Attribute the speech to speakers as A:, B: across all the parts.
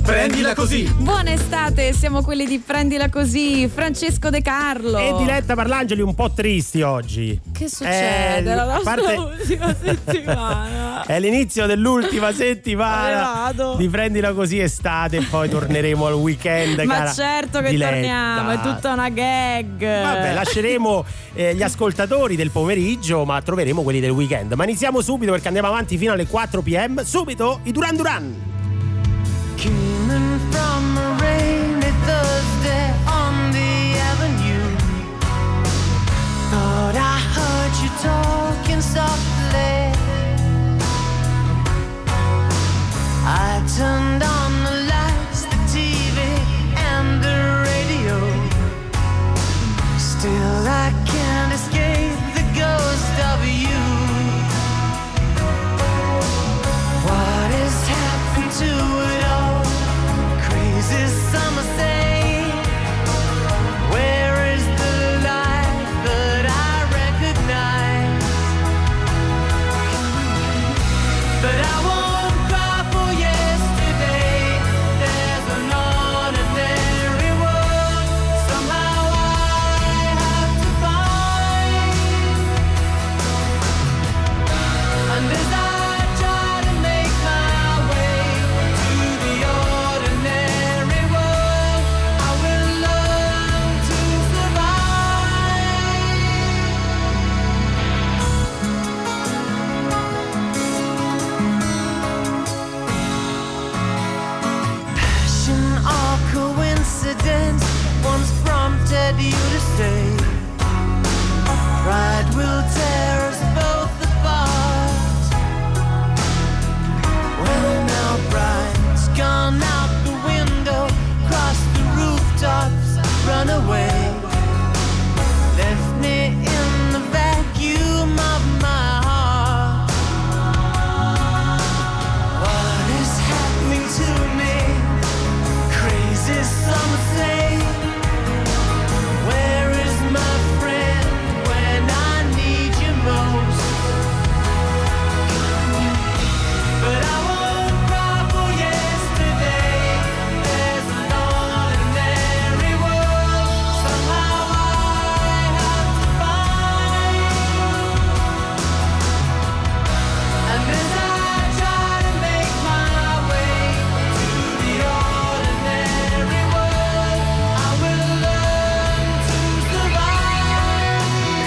A: Prendila così.
B: Buona estate, siamo quelli di Prendila così. Francesco De Carlo
C: e Diletta Parlangeli un po' tristi oggi.
B: Che succede? La nostra ultima settimana.
C: È l'inizio dell'ultima settimana di Prendila così estate e poi torneremo al weekend.
B: Ma
C: cara
B: certo che
C: Diletta.
B: torniamo, è tutta una gag.
C: Vabbè, lasceremo gli ascoltatori del pomeriggio, ma troveremo quelli del weekend. Ma iniziamo subito perché andiamo avanti fino alle 4 p.m. Subito i Duran Duran.
D: Coming from a rainy Thursday on the avenue, thought I heard you talking softly. I turned on the lights, the TV and the radio. Still I can't escape the ghost of you. What has happened to it all? Crazy summer say, where is the life that I recognize? But I won't cry for yesterday. There's an ordinary world somehow I have to find. And as I try to make my way to the ordinary world, I will learn to survive. Passion or coincidence once prompted you to say, pride will tear us both apart. Well, now pride's gone out the window, crossed the rooftops, run away, left me in the vacuum of my heart. What is happening to me? Crazy some say. Where is my friend when I need you most? But I won't cry for yesterday. There's an ordinary world somehow I have to find. And as I try to make my way to the ordinary world, I will learn to survive.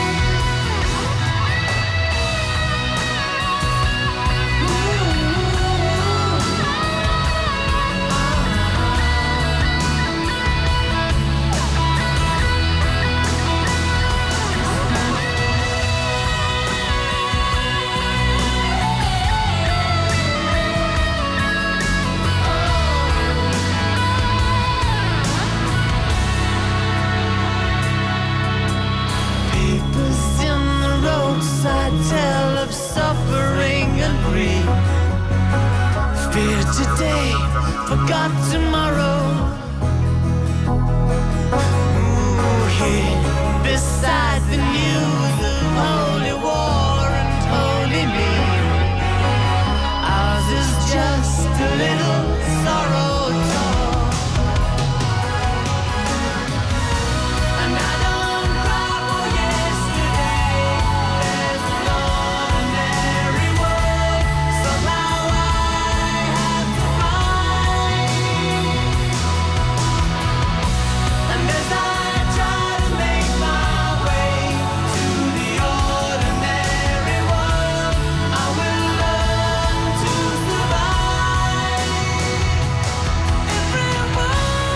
D: Papers in the roadside tell of suffering and grief. Fear today, forgot tomorrow. Ooh, here beside the news of holy war and holy need, ours is just a little sorrow talk. And I don't cry for yesterday. There's an ordinary world somehow I have to find. And as I try to make my way to the ordinary world, I will learn to survive. Everyone.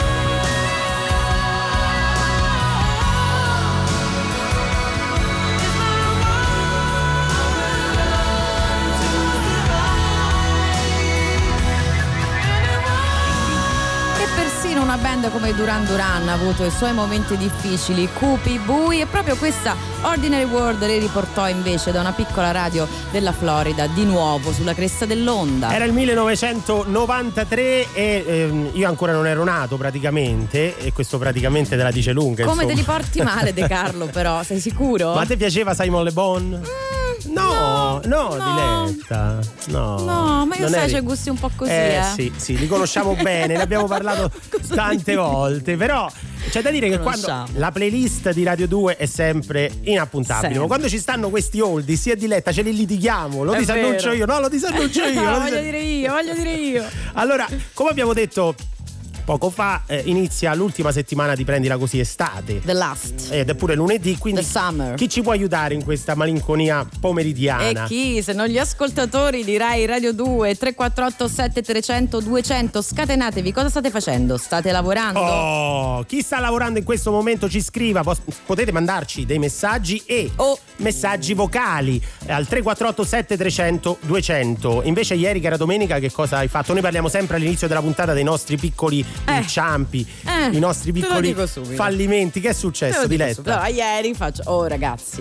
B: E persino una band come i Duran Duran ha avuto i suoi momenti difficili, cupi, bui, e proprio questa Ordinary World li riportò invece da una piccola radio della Florida, di nuovo sulla cresta dell'onda.
C: Era il 1993 e io ancora non ero nato praticamente, e questo praticamente te la dice lunga.
B: Come
C: insomma.
B: te li porti male, De Carlo, però, sei sicuro?
C: Ma a te piaceva Simon Le Bon? No, Diletta.
B: No, ma io
C: non
B: sai,
C: eri-
B: c'è gusti un po' così,
C: Sì, li conosciamo bene, ne abbiamo parlato tante volte, però c'è da dire che quando
B: Conosciamo.
C: la playlist di Radio 2 è sempre inappuntabile,
B: Sempre.
C: ma quando ci stanno questi oldies, sia Diletta, ce li litighiamo, lo
B: È
C: disannuncio
B: vero.
C: io, no, lo disannuncio io.
B: No,
C: lo
B: voglio
C: dis-
B: dire io.
C: Allora, come abbiamo detto poco fa, inizia l'ultima settimana di Prendila Così estate.
B: The Last.
C: Ed è pure lunedì, quindi
B: The Summer.
C: chi ci può aiutare in questa malinconia pomeridiana?
B: E chi? Se non gli ascoltatori di Rai Radio 2 348 7300 200, scatenatevi, cosa state facendo? State lavorando?
C: Oh, chi sta lavorando in questo momento ci scriva, potete mandarci dei messaggi e messaggi vocali al 348 7300 200. Invece ieri che era domenica, che cosa hai fatto? Noi parliamo sempre all'inizio della puntata dei nostri piccoli inciampi, i nostri
B: te lo
C: piccoli
B: dico subito.
C: fallimenti. Che è
B: Te
C: successo,
B: lo dico
C: Diletta?
B: subito. Allora, ieri faccio, ragazzi,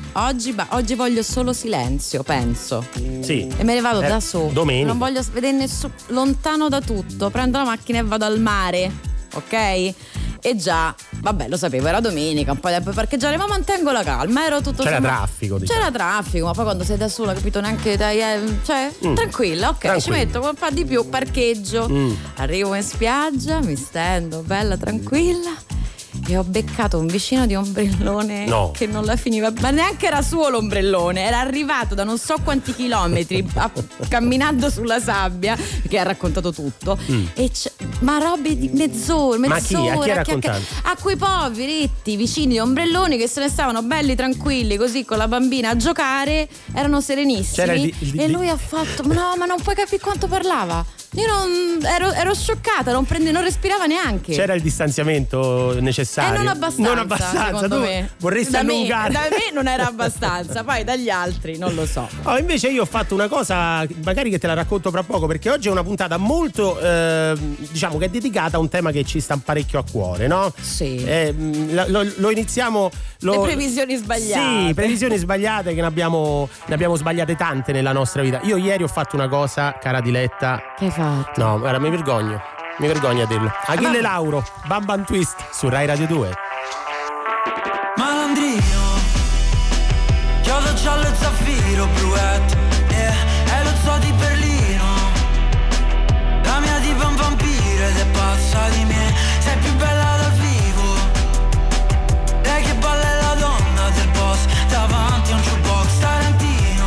B: oggi voglio solo silenzio, penso.
C: Sì.
B: E me ne vado da solo.
C: Domenica.
B: Non voglio vedere nessuno, lontano da tutto. Prendo la macchina e vado al mare, ok? E già, vabbè, lo sapevo, era domenica, un po' di tempo per parcheggiare, ma mantengo la calma, ero tutto
C: C'era
B: sommato-
C: traffico, diciamo.
B: C'era traffico, ma poi quando sei da sola, capito, neanche dai, cioè, tranquilla, ok,
C: Tranquilla.
B: ci metto un po' di più, parcheggio. Arrivo in spiaggia, mi stendo bella tranquilla e ho beccato un vicino di ombrellone
C: No.
B: che non la finiva, ma neanche era suo l'ombrellone, era arrivato da non so quanti chilometri camminando sulla sabbia, che ha raccontato tutto ma robe di mezz'ora,
C: Ma chi? A chi ha raccontato?
B: a quei poveretti vicini di ombrelloni che se ne stavano belli tranquilli così con la bambina a giocare, erano serenissimi.
C: C'era
B: E lui ha fatto no, ma non puoi capire quanto parlava. Io non ero scioccata, non respirava neanche.
C: C'era il distanziamento necessario?
B: Non abbastanza, secondo
C: tu
B: me.
C: vorresti
B: Da
C: allungare?
B: me non era abbastanza, poi dagli altri non lo so.
C: Oh, invece io ho fatto una cosa, magari che te la racconto fra poco, perché oggi è una puntata molto, diciamo che è dedicata a un tema che ci sta parecchio a cuore, no?
B: Sì.
C: Lo iniziamo...
B: Le previsioni sbagliate.
C: Sì, previsioni sbagliate, che ne abbiamo sbagliate tante nella nostra vita. Io ieri ho fatto una cosa, cara Diletta.
B: Che hai fatto?
C: No, guarda, mi vergogno a dirlo. Achille Lauro, Bam Bam Twist su Rai Radio 2.
D: Malandrino, chiodo giallo e zaffiro bluette, è lo zoo di Berlino. La mia diva è un vampiro ed è pazza di me. Sei più bella dal vivo. Lei che balla è la donna del boss, davanti a un jukebox tarantino.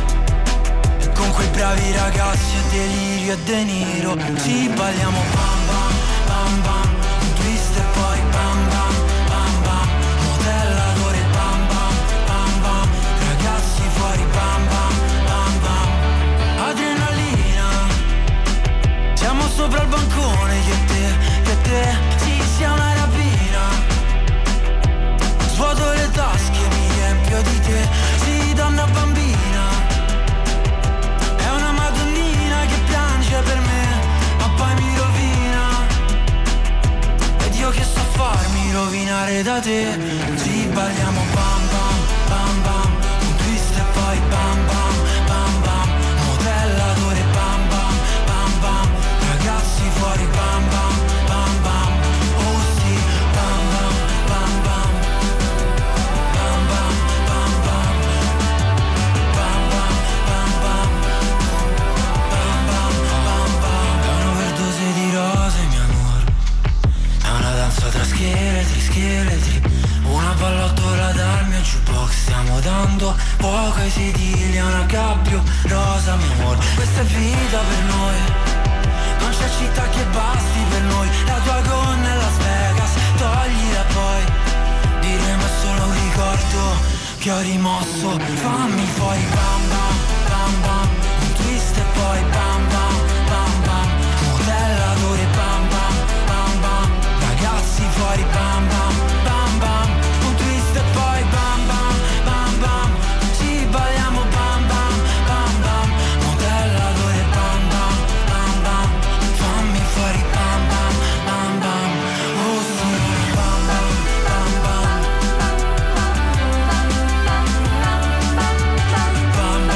D: E con quei bravi ragazzi è delirio e De Niro. Ci balliamo bam bam bam bam, un twist e poi bam bam bam bam. Modellatore bam bam bam bam, ragazzi fuori bam bam bam bam. Adrenalina, siamo sopra il bancone che te, sì sia una rapina. Svuoto le tasche, mi riempio di te, sì donna bambina. È una madonnina che piange per me, ma poi mi rovina. Ed io che so farmi rovinare da te. Ci balliamo bam bam bam bam, un twist e poi bam bam bam bam. Modellatore bam bam bam bam, ragazzi fuori bam bam bam bam. Oh sì, bam bam bam bam. Bam bam bam bam. Bam bam bam bam. Bam bam bam bam. È un'overdose di rose, mio amor. È una danza tra scheletri, una pallottola dal mio jukebox. Stiamo dando fuoco ai sedili, a una gabbio rosa, mio amor. Questa è vita per noi, non c'è città che basti per noi. La tua gonna è Las Vegas, toglila poi. Diremo è solo un ricordo che ho rimosso. Fammi fuori bam bam bam bam, un twist e poi bam bam bam bam. Modellatore bam bam bam bam, ragazzi fuori bam bam bam bam. Un twist e poi bam bam bam bam. Ci balliamo bam bam bam bam. Modellatore bam bam bam bam. Fammi fuori bam bam bam bam. Oh sì, bam bam bam bam. Bam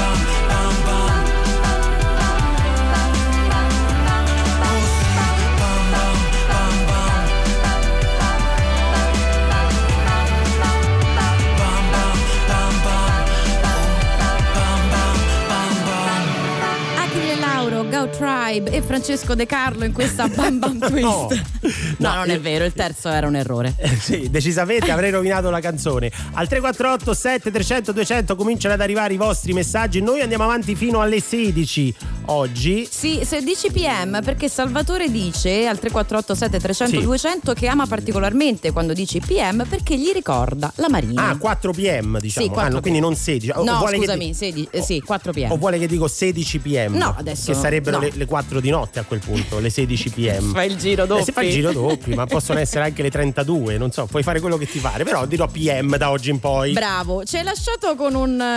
B: Mauro, Gau Tribe e Francesco De Carlo in questa Bam Bam Twist. No, non è vero, il terzo era un errore.
C: Sì, decisamente avrei rovinato la canzone. Al 348 7300 200 cominciano ad arrivare i vostri messaggi. Noi andiamo avanti fino alle 16 oggi.
B: Sì, 16 PM, perché Salvatore dice al 348 7300
C: Sì.
B: 200 che ama particolarmente quando dici PM perché gli ricorda la Marina.
C: 4 PM diciamo.
B: Sì, 4
C: quindi non 16. O
B: No,
C: vuole che
B: scusami, 4 PM.
C: O vuole che dico 16 PM?
B: No, adesso
C: che sarebbero
B: no.
C: le 4 di notte a quel punto, le 16 PM.
B: Fai il giro doppio.
C: Si fa il giro doppio, ma possono essere anche le 32, non so, puoi fare quello che ti pare, però dirò PM da oggi in poi.
B: Bravo, ci hai lasciato con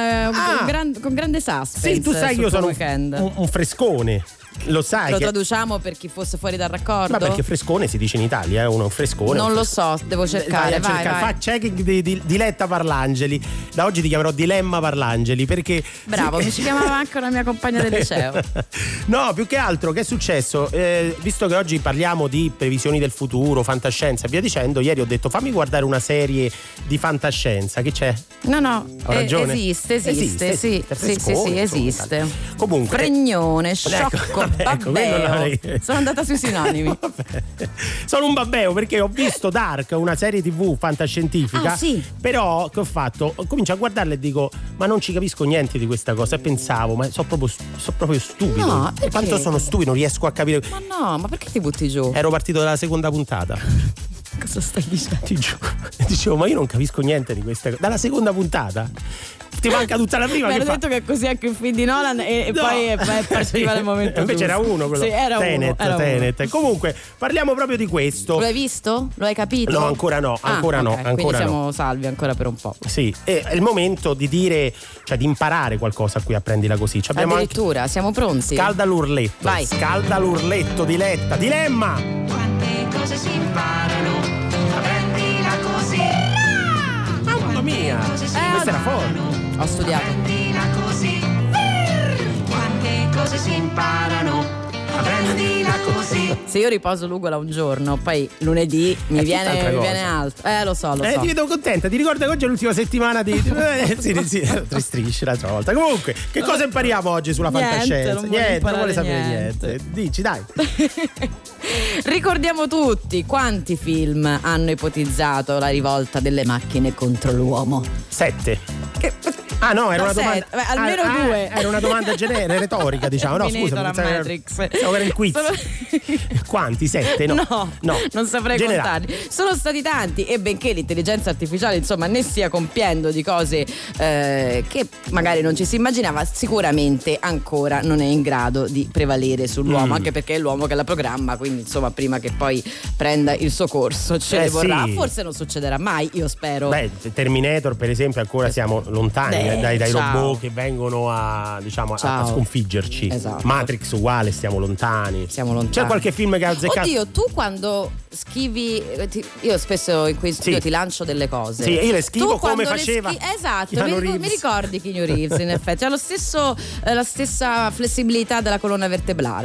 B: con grande suspense.
C: Sì, tu sai che io sono
B: weekend.
C: un frescone. Lo sai
B: Lo
C: che...
B: traduciamo per chi fosse fuori dal raccordo?
C: Ma perché frescone si dice in Italia, uno è un frescone.
B: Non lo so, devo cercare. Vai.
C: Fa checking di Diletta Parlangeli. Da oggi ti chiamerò Dilemma Parlangeli perché...
B: Bravo, mi ci chiamava anche una mia compagna del liceo.
C: No, più che altro, che è successo? Visto che oggi parliamo di previsioni del futuro, fantascienza e via dicendo, ieri ho detto fammi guardare una serie di fantascienza. Che c'è?
B: No,
C: Ho ragione?
B: esiste, sì,
C: frescone,
B: esiste.
C: insomma. Comunque...
B: Fregnone, sciocco,
C: Ecco, quello l'avrei-
B: Sono andata sui sinonimi.
C: Vabbè. Sono un babbeo perché ho visto Dark, una serie TV fantascientifica.
B: Ah, sì.
C: Però che ho fatto? Comincio a guardarla e dico: ma non ci capisco niente di questa cosa. E pensavo, ma sono proprio stupido.
B: No, perché?
C: Quanto sono stupido, non riesco a capire.
B: Ma no, ma perché ti butti giù?
C: Ero partito dalla seconda puntata.
B: Cosa stai dicendo?
C: Ti giuro. Dicevo, ma io non capisco niente di questa cosa. Dalla seconda puntata. Ti manca tutta la prima.
B: Mi
C: che
B: hanno
C: fa?
B: detto che è così anche il film di Nolan e
C: No.
B: poi partiva
C: Sì.
B: nel momento
C: Invece
B: giusto.
C: era uno quello.
B: Sì, era
C: Tenet,
B: uno.
C: Tenet. Comunque, parliamo proprio di questo.
B: Lo hai visto? Lo hai capito?
C: No, ancora no, ancora no,
B: ok,
C: ancora
B: quindi
C: no.
B: siamo salvi ancora per un po'.
C: Sì, è il momento di dire, cioè di imparare qualcosa qui a Prendila Così. Ci abbiamo anche
B: Addirittura, siamo pronti?
C: Scalda l'urletto.
B: Vai.
C: Scalda l'urletto, Diletta. Dilemma.
D: Quante cose si imparano, prendila così.
C: Mamma mia. Questa era forte.
B: Ho studiato.
D: Prendila così. Quante cose si imparano, prendila così.
B: Se io riposo l'ugola un giorno, poi lunedì mi
C: È
B: viene
C: tutt'altra cosa.
B: altro. Lo so.
C: Ti vedo contenta, ti ricorda che oggi è l'ultima settimana di. Sì, tre strisce l'altra volta. Comunque, che cosa impariamo oggi sulla
B: Niente,
C: fantascienza?
B: non voglio
C: non
B: imparare
C: vuole sapere
B: niente.
C: niente. Dici, dai.
B: Ricordiamo tutti quanti film hanno ipotizzato la rivolta delle macchine contro l'uomo.
C: 7. Ah no, era
B: No,
C: una domanda.
B: beh, almeno due.
C: Era una domanda generica, retorica, diciamo. No,
B: Finito
C: scusa,
B: la
C: pensavo
B: Matrix.
C: pensavo era il quiz. Quanti? 7? No.
B: Non saprei
C: Generali.
B: contarli. Sono stati tanti e benché l'intelligenza artificiale insomma ne stia compiendo di cose che magari non ci si immaginava, sicuramente ancora non è in grado di prevalere sull'uomo, anche perché è l'uomo che la programma, quindi insomma prima che poi prenda il suo corso ce ne vorrà.
C: sì.
B: Forse non succederà mai, io spero.
C: Beh, Terminator per esempio ancora siamo lontani dai
B: ciao.
C: robot che vengono a
B: Ciao.
C: sconfiggerci.
B: Esatto.
C: Matrix uguale, stiamo lontani.
B: Siamo lontani.
C: C'è qualche film che ha azzeccato?
B: Oddio, tu quando schivi io spesso in cui studio
C: Sì.
B: ti lancio delle cose.
C: Sì, io le schivo
B: Tu
C: come
B: quando le
C: faceva
B: esatto,
C: Keanu
B: mi
C: Reeves.
B: ricordi Keanu Reeves in effetti, ha lo stesso la stessa flessibilità della colonna vertebrale.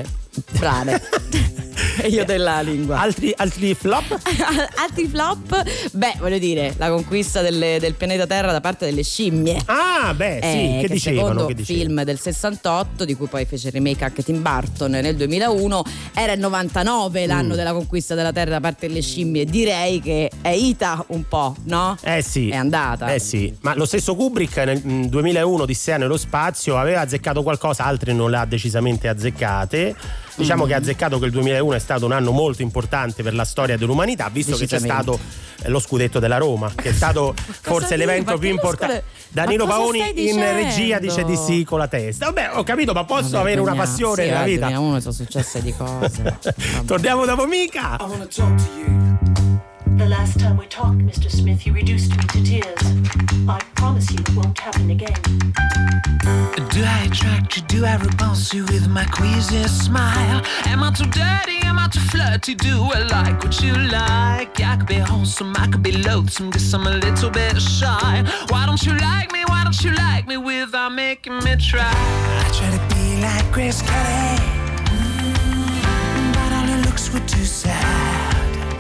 B: E io della lingua.
C: Altri flop?
B: Altri flop? Beh, voglio dire, la conquista del pianeta Terra da parte delle scimmie.
C: Ah, beh, sì, che dicevano?
B: Secondo
C: Che dicevano?
B: film del 68, di cui poi fece il remake anche Tim Burton nel 2001, era il 99 l'anno della conquista della Terra da parte delle scimmie. Direi che è ita un po', no?
C: Sì.
B: È andata.
C: Sì, ma lo stesso Kubrick nel 2001 Odissea nello spazio aveva azzeccato qualcosa, altre non le ha decisamente azzeccate. Diciamo che ha azzeccato che il 2001 è stato un anno molto importante per la storia dell'umanità, visto che c'è stato lo scudetto della Roma, che è stato forse l'evento più importante. Danilo
B: Ma cosa
C: Paoni
B: stai
C: in
B: dicendo?
C: regia dice di sì con la testa. Vabbè, ho capito, ma posso avere una passione
B: sì,
C: nella
B: nel
C: vita.
B: 2001 sono successe di cose.
C: Torniamo dopo mica.
A: I want to talk to you.
E: The last time we talked, Mr. Smith, you reduced me to tears. I promise you it won't happen again.
A: Do I attract you? Do I repulse you with my queasy smile? Am I too dirty? Am I too flirty? Do I like what you like? I could be wholesome, I could be loathsome, guess I'm a little bit shy. Why don't you like me? Why don't you like me without making me try? I try to be like Grace Kelly, but all her looks were too sad.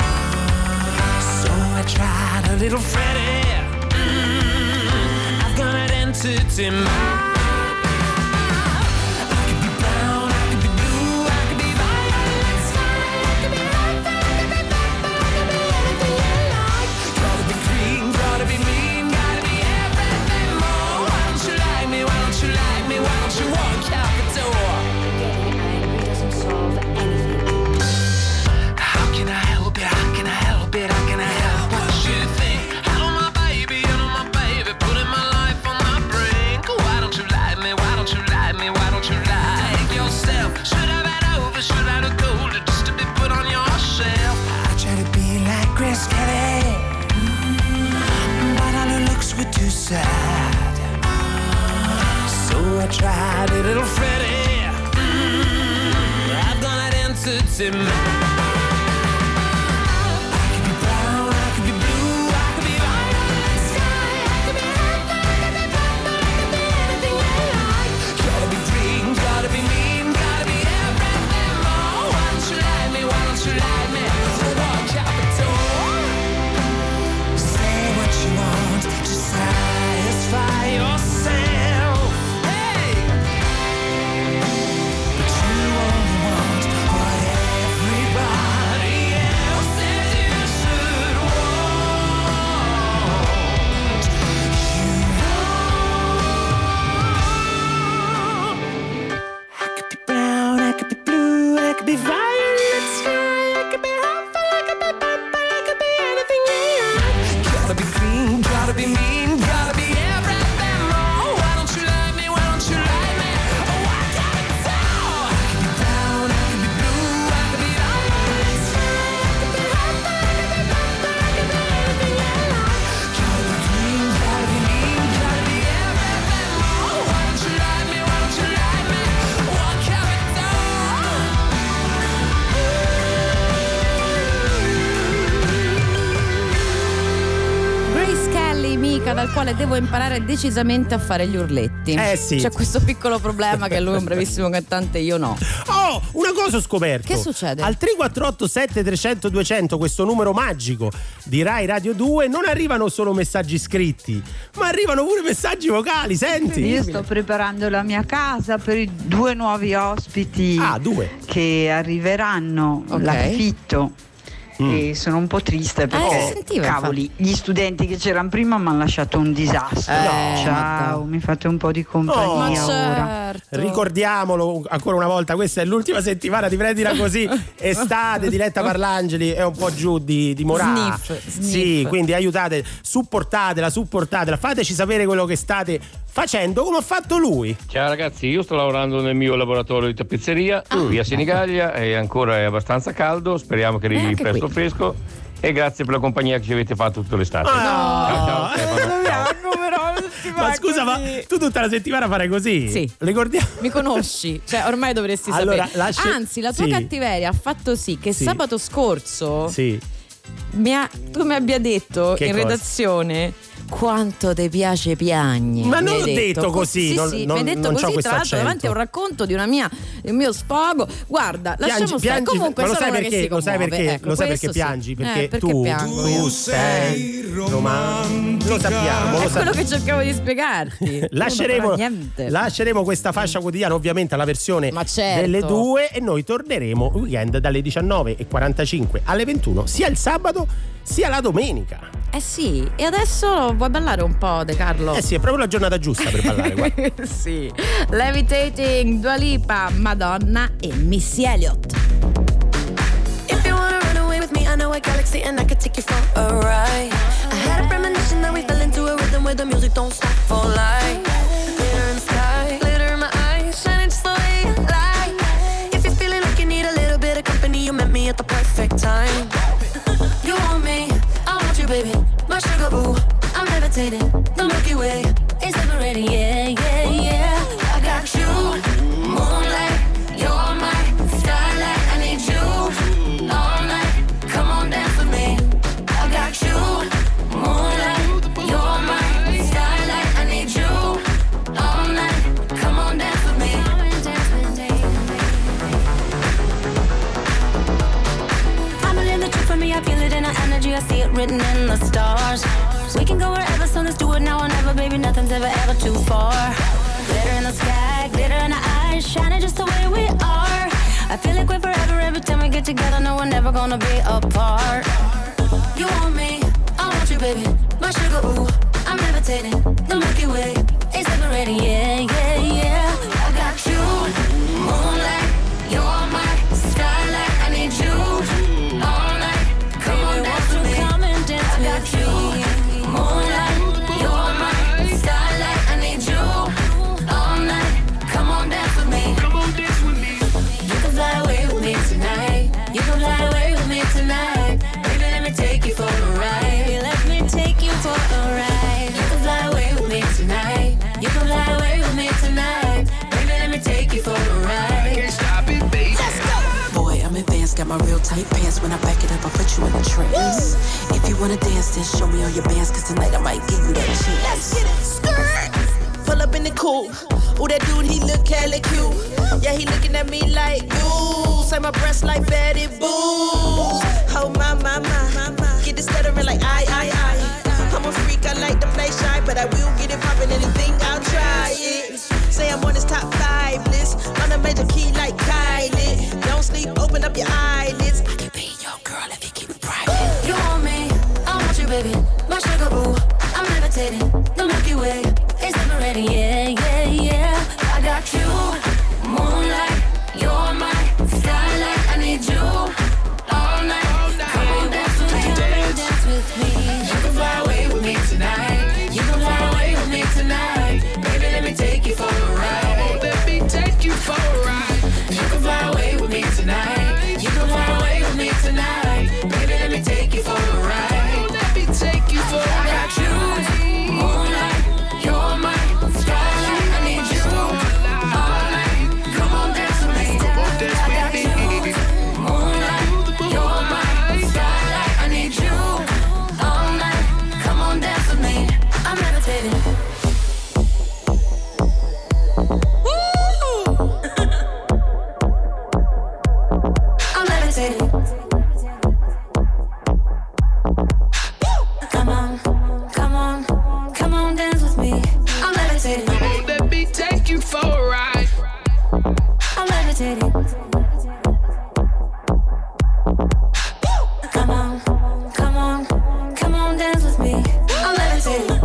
A: So I tried a little Freddie. I've got an entity mind. I could be brown, I could be blue. answer to mine. I could be brown, I could be blue, I could be violet sky, I could be purple, I could be purple, I could be anything you like. Gotta be green, gotta be mean, gotta be everything more. Why don't you like me, why don't you like me? Walk out the door. Say what you want to satisfy yourself. Hey! But you only want what everybody else says you should want. I could be brown, I could be blue, I could be violet sky, I could be hopeful, I could be purple, I could be anything you like. Gotta be green, gotta be mean, gotta be everything more. Why don't you like me, why don't you like me? Oh, why can't it tell? I could be brown, I could be blue, I could be violet sky, I could be hopeful, I could be purple, I could be anything you like. Gotta be green, gotta be mean, gotta be everything more. Why don't you like me, why don't you like me? Why can't it tell?
B: Grace Kelly, mica, dal quale devo imparare decisamente a fare gli urletti.
C: Sì.
B: C'è questo piccolo problema che lui è un bravissimo cantante e io no.
C: Oh, una cosa ho scoperto.
B: Che succede?
C: Al 348 7300 200, questo numero magico di Rai Radio 2, non arrivano solo messaggi scritti, ma arrivano pure messaggi vocali, senti?
F: Io sto preparando la mia casa per i 2 nuovi ospiti che arriveranno,
B: Ok.
F: l'affitto. E sono un po' triste
B: si
F: perché
B: sentiva,
F: cavoli, gli studenti che c'erano prima mi hanno lasciato un disastro. Ciao, mi fate un po' di compagnia ora.
C: Ricordiamolo ancora una volta, questa è l'ultima settimana di Prendila Così, estate, Diletta Parlangeli è un po' giù di morale.
B: Sniff.
C: Sì, quindi aiutate, supportatela, fateci sapere quello che state facendo, come ha fatto lui.
G: Ciao ragazzi, io sto lavorando nel mio laboratorio di tappezzeria via Senigallia, è ancora abbastanza caldo, speriamo che arrivi
B: Anche
G: presto
B: qui.
G: fresco e grazie per la compagnia che ci avete fatto tutta l'estate.
C: Ah,
G: ciao Stefano, ciao.
C: Ma scusa, ma tu tutta la settimana farai così?
B: Sì.
C: Ricordiamo.
B: Mi conosci, cioè ormai dovresti
C: Allora,
B: sapere. Anzi, la tua
C: sì.
B: cattiveria ha fatto sì che
C: Sì.
B: sabato scorso
C: Sì.
B: tu mi abbia detto
C: Che
B: in
C: cosa?
B: redazione quanto ti piace piagne.
C: Ma non
B: mi hai
C: l'ho detto così,
B: Sì,
C: non-
B: sì,
C: non-
B: mi hai detto
C: non c'ho
B: così,
C: questo
B: tra l'altro davanti a un
C: accento.
B: racconto di il mio sfogo. Guarda, lasciamo stare. Comunque
C: ma lo
B: sono
C: sai
B: una
C: perché?
B: che si
C: Lo sai
B: commuove.
C: perché?
B: Ecco,
C: Lo sai
B: questo
C: perché
B: sì.
C: piangi? Perché,
B: perché
C: tu
B: piango?
C: sei romantica. Lo sappiamo,
B: È
C: lo
B: quello
C: sappiamo.
B: che cercavo di spiegarti.
C: Lasceremo,
B: Non fa niente.
C: lasceremo questa fascia quotidiana ovviamente alla versione
B: Ma certo.
C: delle 2 e noi torneremo weekend dalle 19:45 alle 21 sia il sabato sia la domenica.
B: Eh sì, e adesso vuoi ballare un po', De Carlo?
C: Eh sì, è proprio la giornata giusta per ballare, guarda.
B: Sì. Levitating, Dua Lipa, Madonna e Missy Elliott.
H: If you wanna run away with me, I know a galaxy and I could take you for a ride. I had a premonition that we fell into a rhythm where the music don't stop for life. Glitter in the sky, glitter in my eyes, shining just the way you like. If you're feeling like you need a little bit of company, you met me at the perfect time. You want me, I want you, baby. My sugar boo, I'm levitating. The Milky Way is liberating, yeah, yeah, yeah. I got you, moonlight, you're my starlight. I need you all night. Come on, dance with me. I got you, moonlight, you're my starlight. I need you all night. Come on, dance with me. I believe the truth for me. I feel it in our energy. I see it written in the stars. We can go wherever, so let's do it now or never, baby. Nothing's ever too far. Glitter in the sky, glitter in our eyes, shining just the way we are. I feel like we're forever every time we get together. No, we're never gonna be apart. You want me, I want you, baby. My sugar, ooh, I'm levitating. The Milky Way is liberating, yeah, yeah, yeah. I got you, moonlight, you're my starlight. I need you all night. Come on, dance with me. Come and dance with me. I got you, moonlight, you're my starlight. I need you all night. Come on, dance with me. Come on, dance with me. You can fly away with me tonight. You can fly away with me tonight. Baby, let me take you for a ride. Let me take you for a ride. You can fly away with me tonight. You can fly away with me tonight.
I: at my real tight pants. When I back it up, I put you in a trance. If you wanna dance, then show me all your bands, cause tonight I might give you that chance.
J: Let's get it, skirt. Pull up in the coupe. Ooh, that dude, he look hella cute. Yeah, he looking at me like, ooh, say my breasts like Betty Boo. Oh, my. Get this stuttering like I. I'm a freak, I like to play shy, but I will get it poppin', anything, I'll try it. Say I'm on this top 5 list, on a major key like Kylie. Don't sleep, open up your eyelids. I can be your girl if you keep it private.
H: You want me, I want you, baby. My sugar boo, I'm levitating. The Milky Way is liberating, yeah. I got you, moonlight. You're my starlight. I need you all night. Come on, dance with me, dance with me. You can fly away with me tonight. You can fly away with me tonight. Baby, let me take you for a ride. Let me take you for a ride. You can fly away with me tonight. You can fly away with me tonight. Baby, let me take you for a ride. Let me take you for a ride. I got you, moonlight. You're my starlight. I need you all night. Come on, dance with me. I got you, moonlight. You're my starlight. I need you all night. Come on, dance with me. I'm levitating. I'm levitating. Come on, dance with me. I'm levitating. Let me take you for a ride. I'm levitating. Come on, dance with me. I'm levitating.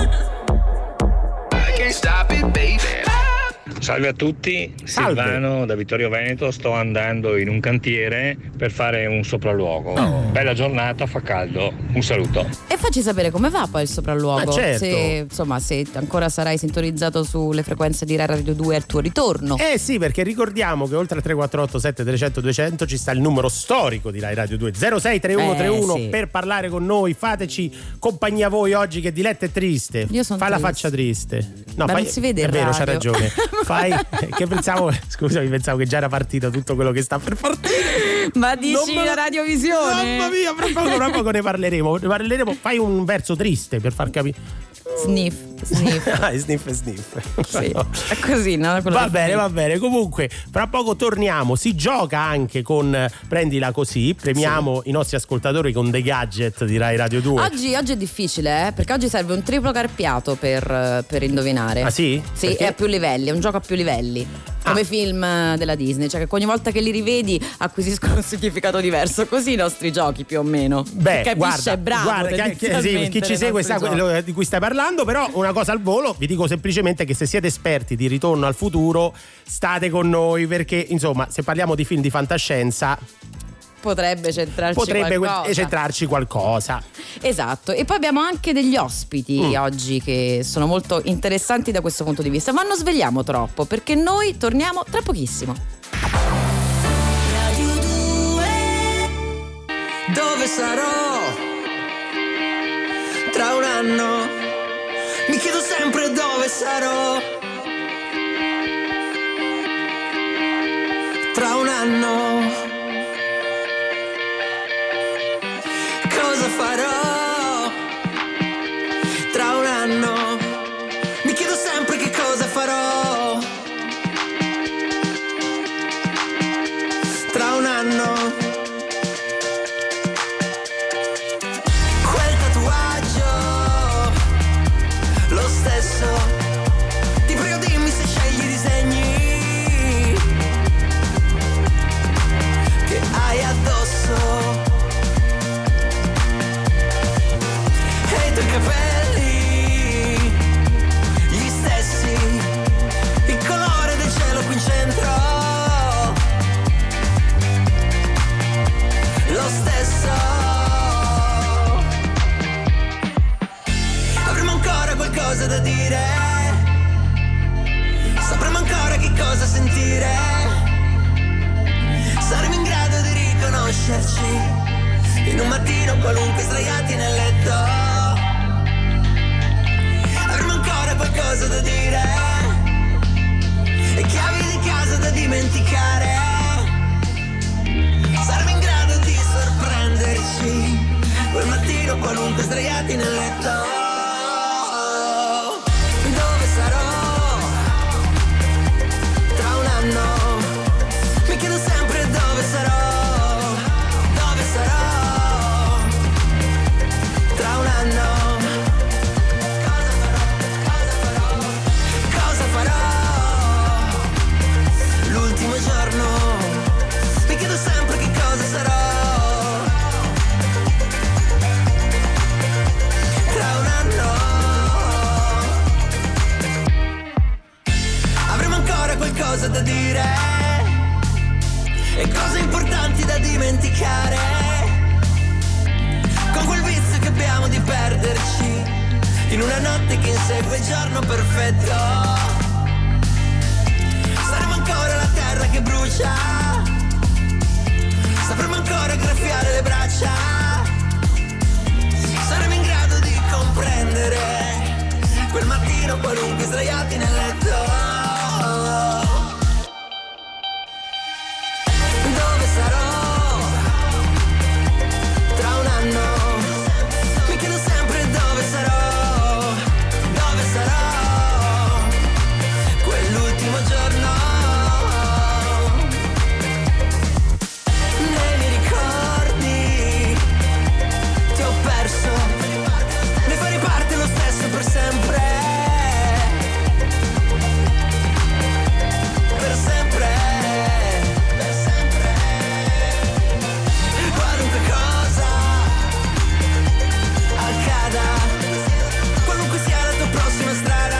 G: I can't stop it, baby. Salve a tutti, Silvano da Vittorio Veneto, sto andando in un cantiere per fare un sopralluogo. Bella giornata, fa caldo, un saluto.
B: E facci sapere come va poi il sopralluogo,
C: certo.
B: se ancora sarai sintonizzato sulle frequenze di Rai Radio 2 al tuo ritorno.
C: Sì, perché ricordiamo che oltre al 348 7300 200 ci sta il numero storico di Rai Radio 2 063131
B: sì.
C: Per parlare con noi. Fateci compagnia voi oggi, che Diletta è triste.
B: Io sono
C: Fai la
B: triste.
C: faccia triste. No,
B: Ma non si vede
C: è
B: in
C: vero,
B: radio.
C: c'ha ragione. Che pensavo che già era partito tutto quello che sta per partire.
B: Ma dici la radiovisione?
C: Mamma mia, fra poco ne parleremo. Fai un verso triste per far capire.
B: Sniff.
C: Sniff.
B: Sì, è così, no?
C: Va bene. Comunque, fra poco torniamo. Si gioca anche con Prendila Così. Premiamo i nostri ascoltatori con dei gadget di Rai Radio 2.
B: Oggi è difficile, perché oggi serve un triplo carpiato per indovinare.
C: Ah sì?
B: Sì,
C: Perché?
B: è a più livelli, è un gioco a più livelli. Come film della Disney, cioè che ogni volta che li rivedi acquisiscono un significato diverso. Così i nostri giochi più o meno. Capisce, è bravo.
C: Chi ci segue sa quello di cui stai parlando. Però una cosa al volo, vi dico semplicemente che se siete esperti di Ritorno al futuro, state con noi, perché insomma, se parliamo di film di fantascienza
B: potrebbe
C: centrarci qualcosa.
B: Esatto. E poi abbiamo anche degli ospiti oggi che sono molto interessanti da questo punto di vista, ma non svegliamo troppo, perché noi torniamo tra pochissimo.
D: Radio 2. Dove sarò tra un anno? Mi chiedo sempre dove sarò tra un anno. Cosa farò tra un anno? Mi chiedo sempre che cosa farò tra un anno. Quel tatuaggio, lo stesso. Ti prego dimmi se scegli i disegni che hai addosso. I tuoi capelli, gli stessi, il colore del cielo qui in centro.
J: e cose importanti da dimenticare, con quel vizio che abbiamo di perderci in una notte che insegue il giorno perfetto. Saremo ancora la terra che brucia, sapremo ancora graffiare le braccia, saremo in grado di comprendere quel mattino qualunque sdraiati nel letto. Dove sarò tra un anno? Mi chiedo sempre dove sarò, dove sarò quell'ultimo giorno. Nei miei ricordi ti ho perso, ne farei parte lo stesso per sempre. Per sempre, per sempre. Qualunque cosa accada, qualunque sia la tua prossima strada,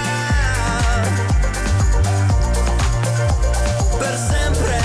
J: per sempre.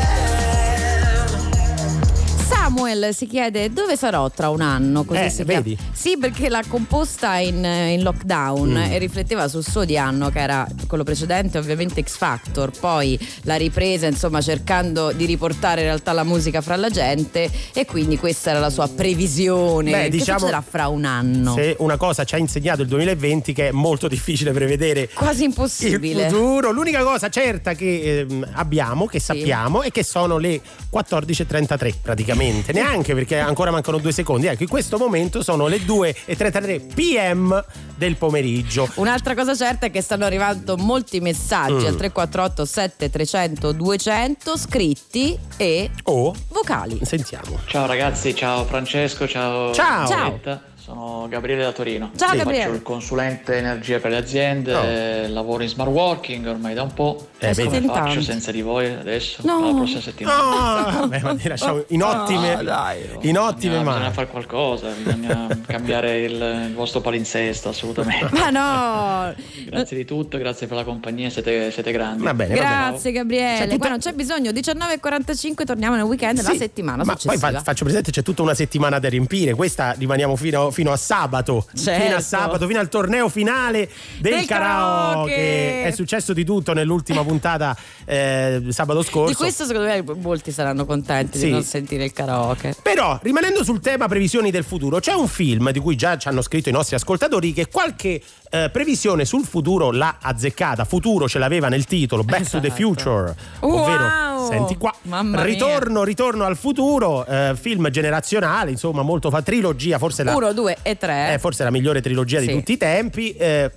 B: Samuel si chiede dove sarò tra un anno, così si
C: vedi?
B: chiama. Sì, perché l'ha composta in lockdown e rifletteva sul suo di anno, che era quello precedente, ovviamente X Factor, poi la ripresa, insomma, cercando di riportare in realtà la musica fra la gente, e quindi questa era la sua previsione. Che
C: diciamo,
B: succederà fra un anno?
C: Se una cosa ci ha insegnato il 2020, che è molto difficile prevedere,
B: quasi impossibile,
C: il futuro. L'unica cosa certa che abbiamo, che sappiamo, è che sono le 14.33 praticamente, neanche, perché ancora mancano 2 secondi. Ecco, in questo momento sono le 2:33 PM del pomeriggio.
B: Un'altra cosa certa è che stanno arrivando molti messaggi al 348 7300 200 scritti e vocali.
C: Sentiamo.
K: Ciao ragazzi, ciao Francesco, ciao.
B: Ciao.
K: Sono Gabriele da Torino.
B: Ciao, Gabriele.
K: Faccio il consulente energia per le aziende, lavoro in smart working ormai da un po'. Come faccio senza di voi adesso?
B: No.
K: La prossima settimana.
C: Vabbè, ma ti lasciamo in ottime mani.
K: Bisogna fare qualcosa, bisogna cambiare il vostro palinsesto, assolutamente.
B: Ma no!
K: Grazie di tutto, grazie per la compagnia, siete grandi.
C: Va bene,
B: Grazie Gabriele.
C: C'è tutta-
B: Qua non c'è bisogno, 19:45 torniamo nel weekend la settimana
C: Ma
B: successiva.
C: poi faccio presente, c'è tutta una settimana da riempire. Questa rimaniamo fino a sabato.
B: Certo.
C: Fino a sabato, fino al torneo finale del karaoke. È successo di tutto nell'ultima puntata sabato scorso.
B: Di questo secondo me molti saranno contenti
C: Sì.
B: di non sentire il karaoke.
C: Però, rimanendo sul tema previsioni del futuro, c'è un film di cui già ci hanno scritto i nostri ascoltatori che qualche previsione sul futuro l'ha azzeccata. Futuro ce l'aveva nel titolo, Back to the Future, ovvero senti qua,
B: Mamma
C: ritorno al futuro, film generazionale, insomma, molto trilogia, forse
B: 1, 2 e 3.
C: forse la migliore trilogia
B: Sì.
C: di tutti i tempi.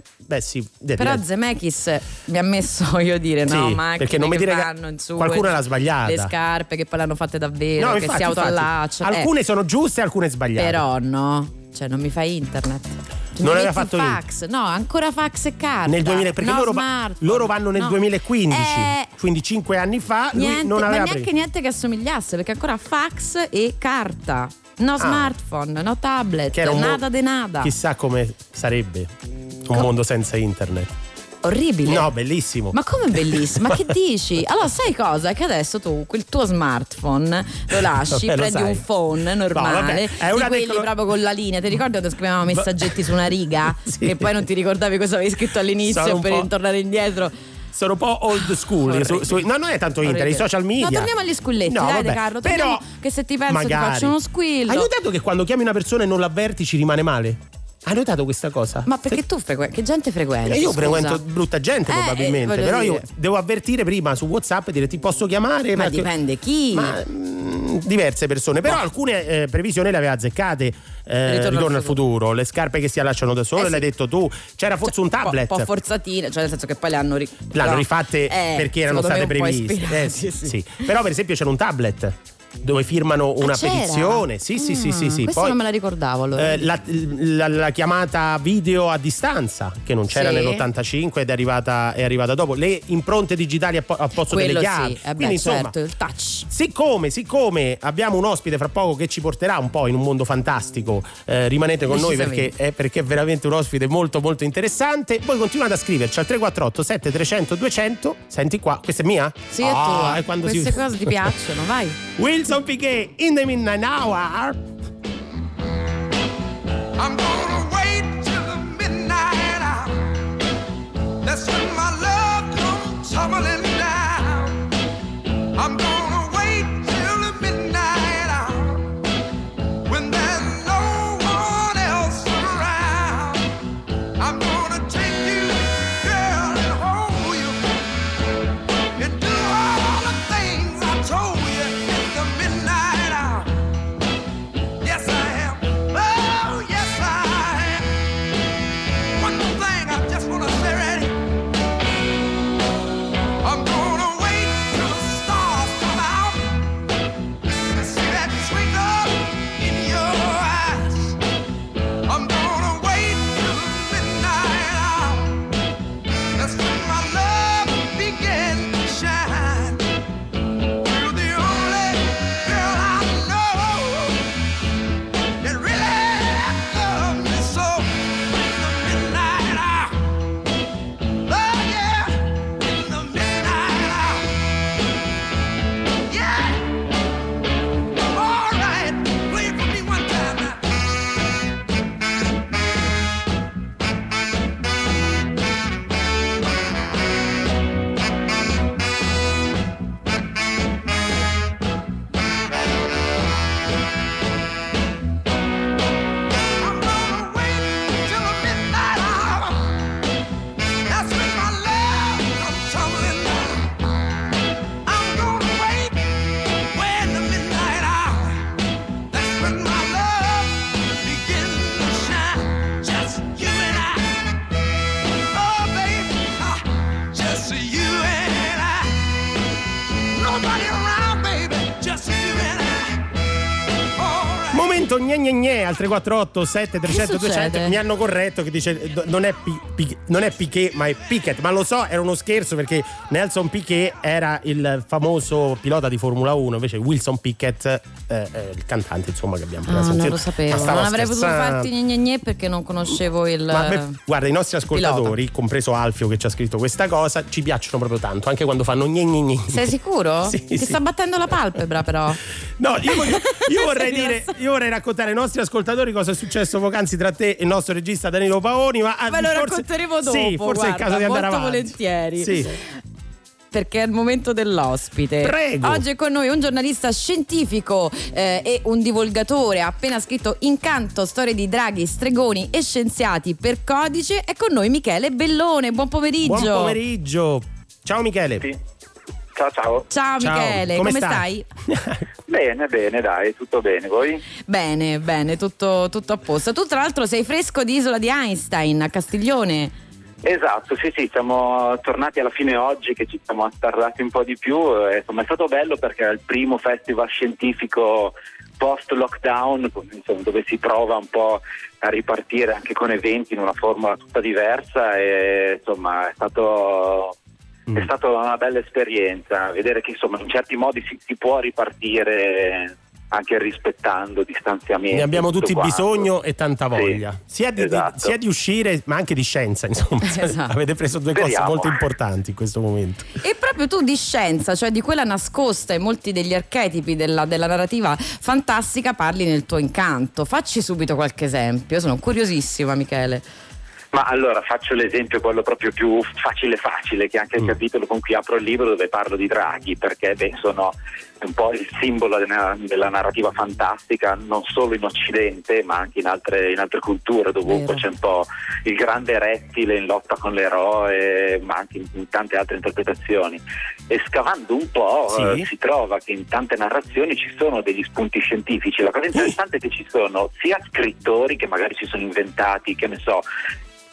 B: Però Zemeckis mi ha messo io dire no,
C: Sì,
B: macchine
C: perché non mi
B: che
C: dire che
B: vanno in su,
C: qualcuno l'ha sbagliata.
B: le scarpe che poi l'hanno fatte davvero,
C: No,
B: che
C: infatti,
B: si autoallacciano.
C: alcune sono giuste e alcune sbagliate.
B: Però no, cioè non mi fai internet. Tu
C: Non
B: mi
C: aveva
B: metti
C: fatto
B: fax, no, ancora fax e carta.
C: nel 2000, perché
B: no,
C: loro,
B: smartphone,
C: loro vanno nel
B: no.
C: 2015, quindi 5 anni fa.
B: Niente,
C: lui non
B: ma
C: aveva
B: neanche niente che assomigliasse, perché ancora fax e carta. No smartphone, no tablet,
C: che era un
B: nada de nada.
C: Chissà come sarebbe un mondo senza internet.
B: Orribile.
C: No, bellissimo.
B: Ma come bellissimo? Ma che dici? Allora, sai cosa? Che adesso tu quel tuo smartphone lo lasci,
C: Vabbè, lo
B: prendi
C: sai.
B: un phone normale,
C: No, vabbè, è
B: di
C: una
B: quelli
C: tecno-
B: proprio con la linea. Ti ricordi quando scrivevamo messaggetti su una riga?
C: Sì.
B: Che poi non ti ricordavi cosa avevi scritto
C: Sono
B: all'inizio
C: un
B: per
C: po'-
B: tornare indietro.
C: Sono un po' old school. No, non è tanto internet, i social media.
B: No, torniamo agli sculletti,
C: No,
B: dai
C: vabbè,
B: De Carlo.
C: però
B: Torniamo, che se ti penso
C: magari.
B: ti faccio uno squillo.
C: Hai notato che quando chiami una persona e non l'avverti ci rimane male? Hai notato questa cosa?
B: Ma perché tu che gente frequenti?
C: Io
B: scusa?
C: frequento brutta gente probabilmente,
B: voglio
C: però io
B: dire.
C: devo avvertire prima su WhatsApp e dire ti posso chiamare.
B: Ma dipende chi.
C: Ma diverse persone, però alcune previsioni le aveva azzeccate. Ritorno al futuro, le scarpe che si allacciano da sole,
B: sì.
C: l'hai detto tu. C'era forse un tablet.
B: Un po' forzatine, cioè nel senso che poi le hanno
C: L'hanno rifatte perché erano
B: secondo
C: state
B: me un po'
C: previste.
B: ispirate,
C: Sì. Però per esempio c'era un tablet. dove firmano una
B: c'era?
C: petizione. Sì.
B: Questo
C: Poi,
B: non me la ricordavo allora.
C: la chiamata video a distanza, che non c'era
B: Sì.
C: nell'85 ed è arrivata dopo. Le impronte digitali al posto
B: Quello
C: delle chiavi.
B: sì,
C: Quindi insomma,
B: certo, il touch.
C: Siccome abbiamo un ospite fra poco che ci porterà un po' in un mondo fantastico, rimanete con noi perché è veramente un ospite molto molto interessante. Voi continuate a scriverci al 348 7300 200. Senti qua, questa è mia?
B: Sì, è tua.
C: È quando
B: Queste cose ti piacciono, vai.
C: Wilson Piquet in the midnight hour.
D: I'm gonna wait till the midnight hour. That's when my love comes tumbling down. I'm gonna wait till the midnight hour, when there's no one else around. I'm gonna take you, girl, and hold you, and do all the things I told you in the midnight hour. Yes, I am. Oh, yes, I am. One more thing I just wanna say right here. I'm gonna wait till the stars come out and see that twinkle in your eyes. I'm gonna wait till the midnight hour. That's when my love began to shine. You're the only girl I know that really loves me so. In the midnight hour, oh yeah, in the midnight hour, yeah. All right, play it for me one time now. I'm gonna wait till the midnight hour. That's when my love comes tumbling down. I'm gonna wait when the midnight hour. That's when my love begins to shine. Just you and I. Oh baby, just you and I. Nobody around, baby, just you and I. All right.
C: Momento gne al 348 7300 200. Mi hanno corretto che dice non è Piquet ma è Piquet, ma lo so, era uno scherzo perché Nelson Piquet era il famoso pilota di Formula 1, invece Wilson Piquet il cantante, insomma, che abbiamo appena sentito.
B: Non lo sapevo, non avrei potuto farti gne perché non conoscevo il
C: guarda, i nostri ascoltatori, compreso Alfio che ci ha scritto questa cosa, ci piacciono proprio tanto, anche quando fanno gne.
B: Sei sicuro?
C: Sì,
B: Ti sta battendo la palpebra però.
C: No, io vorrei raccontare ai nostri ascoltatori cosa è successo poc'anzi tra te e il nostro regista Danilo Paoni, ma
B: lo racconteremo dopo.
C: Sì, forse è il caso di andare
B: molto
C: avanti.
B: volentieri.
C: Sì.
B: Perché è il momento dell'ospite.
C: Prego.
B: Oggi è con noi un giornalista scientifico e un divulgatore. Ha appena scritto Incanto, storie di draghi, stregoni e scienziati per codice. È con noi Michele Bellone. Buon pomeriggio.
C: Buon pomeriggio. Ciao Michele.
L: Sì. Ciao.
B: Ciao Michele, come stai?
L: Bene, dai, tutto bene, voi?
B: Bene, tutto a posto. Tu tra l'altro sei fresco di Isola di Einstein a Castiglione.
L: Esatto, sì, siamo tornati alla fine oggi che ci siamo attardati un po' di più, insomma è stato bello perché è il primo festival scientifico post lockdown, insomma, dove si prova un po' a ripartire anche con eventi in una formula tutta diversa e insomma è stata una bella esperienza vedere che insomma in certi modi si può ripartire anche rispettando distanziamenti.
C: Ne abbiamo tutti bisogno e tanta voglia,
L: sì,
C: sia di uscire ma anche di scienza, insomma.
B: Esatto.
C: Avete preso due cose molto importanti in questo momento.
B: E proprio tu di scienza, cioè di quella nascosta in molti degli archetipi della narrativa fantastica, parli nel tuo Incanto. Facci subito qualche esempio, sono curiosissima Michele.
L: Ma allora faccio l'esempio quello proprio più facile, che è anche il capitolo con cui apro il libro, dove parlo di draghi, perché sono un po' il simbolo della narrativa fantastica, non solo in Occidente ma anche in altre culture, dovunque c'è un po' il grande rettile in lotta con l'eroe, ma anche in tante altre interpretazioni. E scavando un po' si trova che in tante narrazioni ci sono degli spunti scientifici. La cosa interessante è che ci sono sia scrittori che magari si sono inventati, che ne so,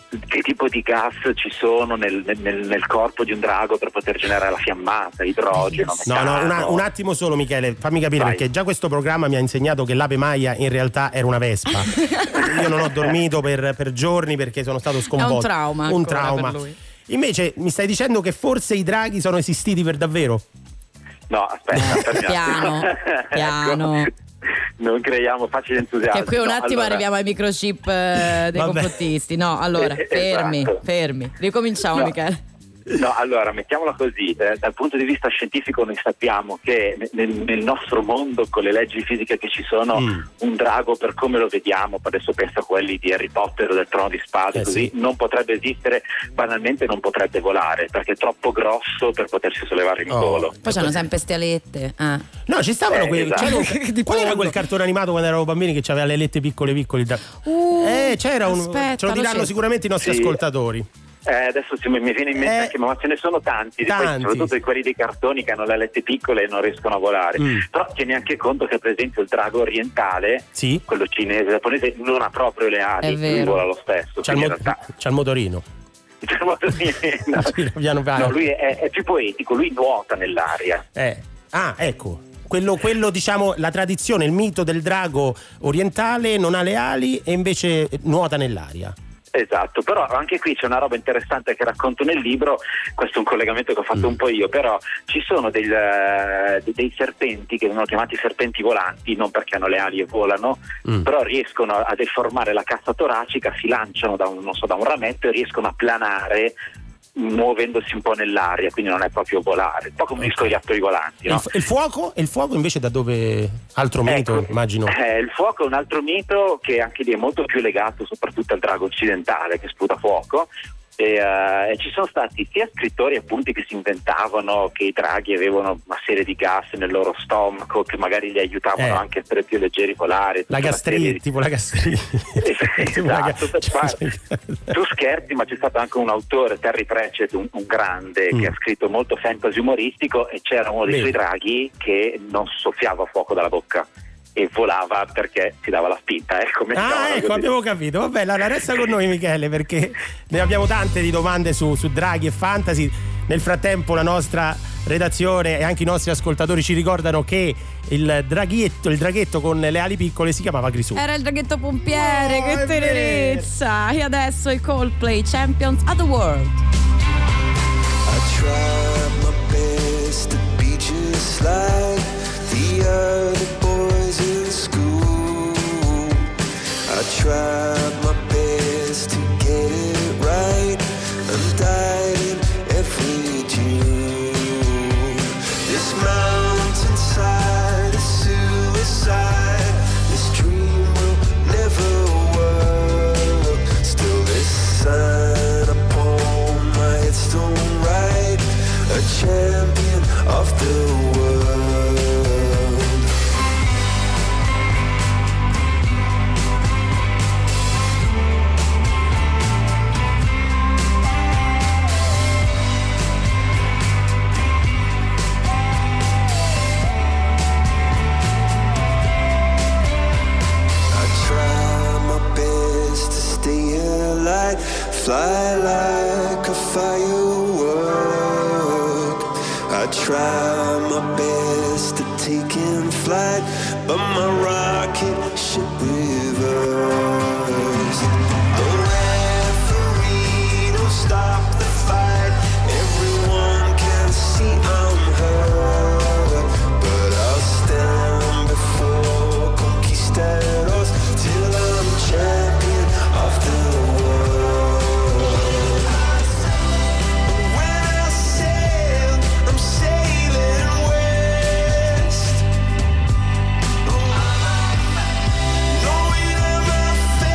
L: che tipo di gas ci sono nel corpo di un drago per poter generare la fiammata, idrogeno, metano.
C: No, un attimo solo, Michele, fammi capire. Vai. Perché già questo programma mi ha insegnato che l'ape Maia in realtà era una vespa. Io non ho dormito per giorni perché sono stato sconvolto.
B: È un trauma.
C: Per lui. Invece mi stai dicendo che forse i draghi sono esistiti per davvero?
L: No, aspetta,
B: piano.
L: Non creiamo facile entusiasmo.
B: Che qui un attimo arriviamo ai microchip dei complottisti. No, allora, fermi. Ricominciamo, Michele.
L: No, allora, mettiamola così, dal punto di vista scientifico noi sappiamo che nel nostro mondo, con le leggi fisiche che ci sono, un drago, per come lo vediamo, adesso penso a quelli di Harry Potter o del Trono di Spade, così, non potrebbe esistere, banalmente non potrebbe volare, perché è troppo grosso per potersi sollevare in volo.
B: Poi c'hanno sempre ste alette.
C: No, ci stavano qual era quel cartone animato quando eravamo bambini che c'aveva le alette piccole? C'era ce lo diranno sicuramente i nostri ascoltatori.
L: Adesso mi viene in mente anche, ma ce ne sono tanti. Soprattutto quelli dei cartoni che hanno le alette piccole e non riescono a volare. Però tieni anche conto che per esempio il drago orientale, quello cinese, giapponese, non ha proprio le ali, lui vola lo stesso.
C: C'ha il motorino.
L: No, lui è più poetico, lui nuota nell'aria.
C: Ecco. Quello diciamo, la tradizione, il mito del drago orientale non ha le ali e invece nuota nell'aria.
L: Esatto, però anche qui c'è una roba interessante che racconto nel libro, questo è un collegamento che ho fatto un po' io, però ci sono dei serpenti che vengono chiamati serpenti volanti, non perché hanno le ali e volano, però riescono a deformare la cassa toracica, si lanciano da un rametto e riescono a planare muovendosi un po' nell'aria, quindi non è proprio volare, un po' come gli scoiattoli volanti, no?
C: Il fuoco invece da dove? Altro mito, immagino.
L: Il fuoco è un altro mito che anche lì è molto più legato soprattutto al drago occidentale che sputa fuoco. E ci sono stati sia scrittori appunti che si inventavano che i draghi avevano una serie di gas nel loro stomaco che magari li aiutavano anche a essere più leggeri, volare.
C: La gastrite, tipo la gastrite.
L: Esatto, tu scherzi, ma c'è stato anche un autore, Terry Pratchett, un grande, che ha scritto molto fantasy umoristico, e c'era uno dei suoi draghi che non soffiava fuoco dalla bocca e volava perché si dava la spinta, ecco,
C: abbiamo capito. Vabbè, la resta con noi, Michele, perché ne abbiamo tante di domande su draghi e fantasy. Nel frattempo la nostra redazione e anche i nostri ascoltatori ci ricordano che il draghetto con le ali piccole si chiamava Grisù.
B: Era il draghetto pompiere, che tenerezza. E adesso i Coldplay, Champions of the World.
M: I tried my best to be just like the other boys in school. I tried my best to get it right. I'm dying every June. This mountainside is suicide. This dream will never work. Still this sign upon my headstone right. A champion of the world. Fly like a firework. I try my best to take in flight, but my rocket ship reversed. The referee don't stop the fight. Everyone can see I'm hurt, but I'll stand before conquistadors till I'm champion of the world. Fate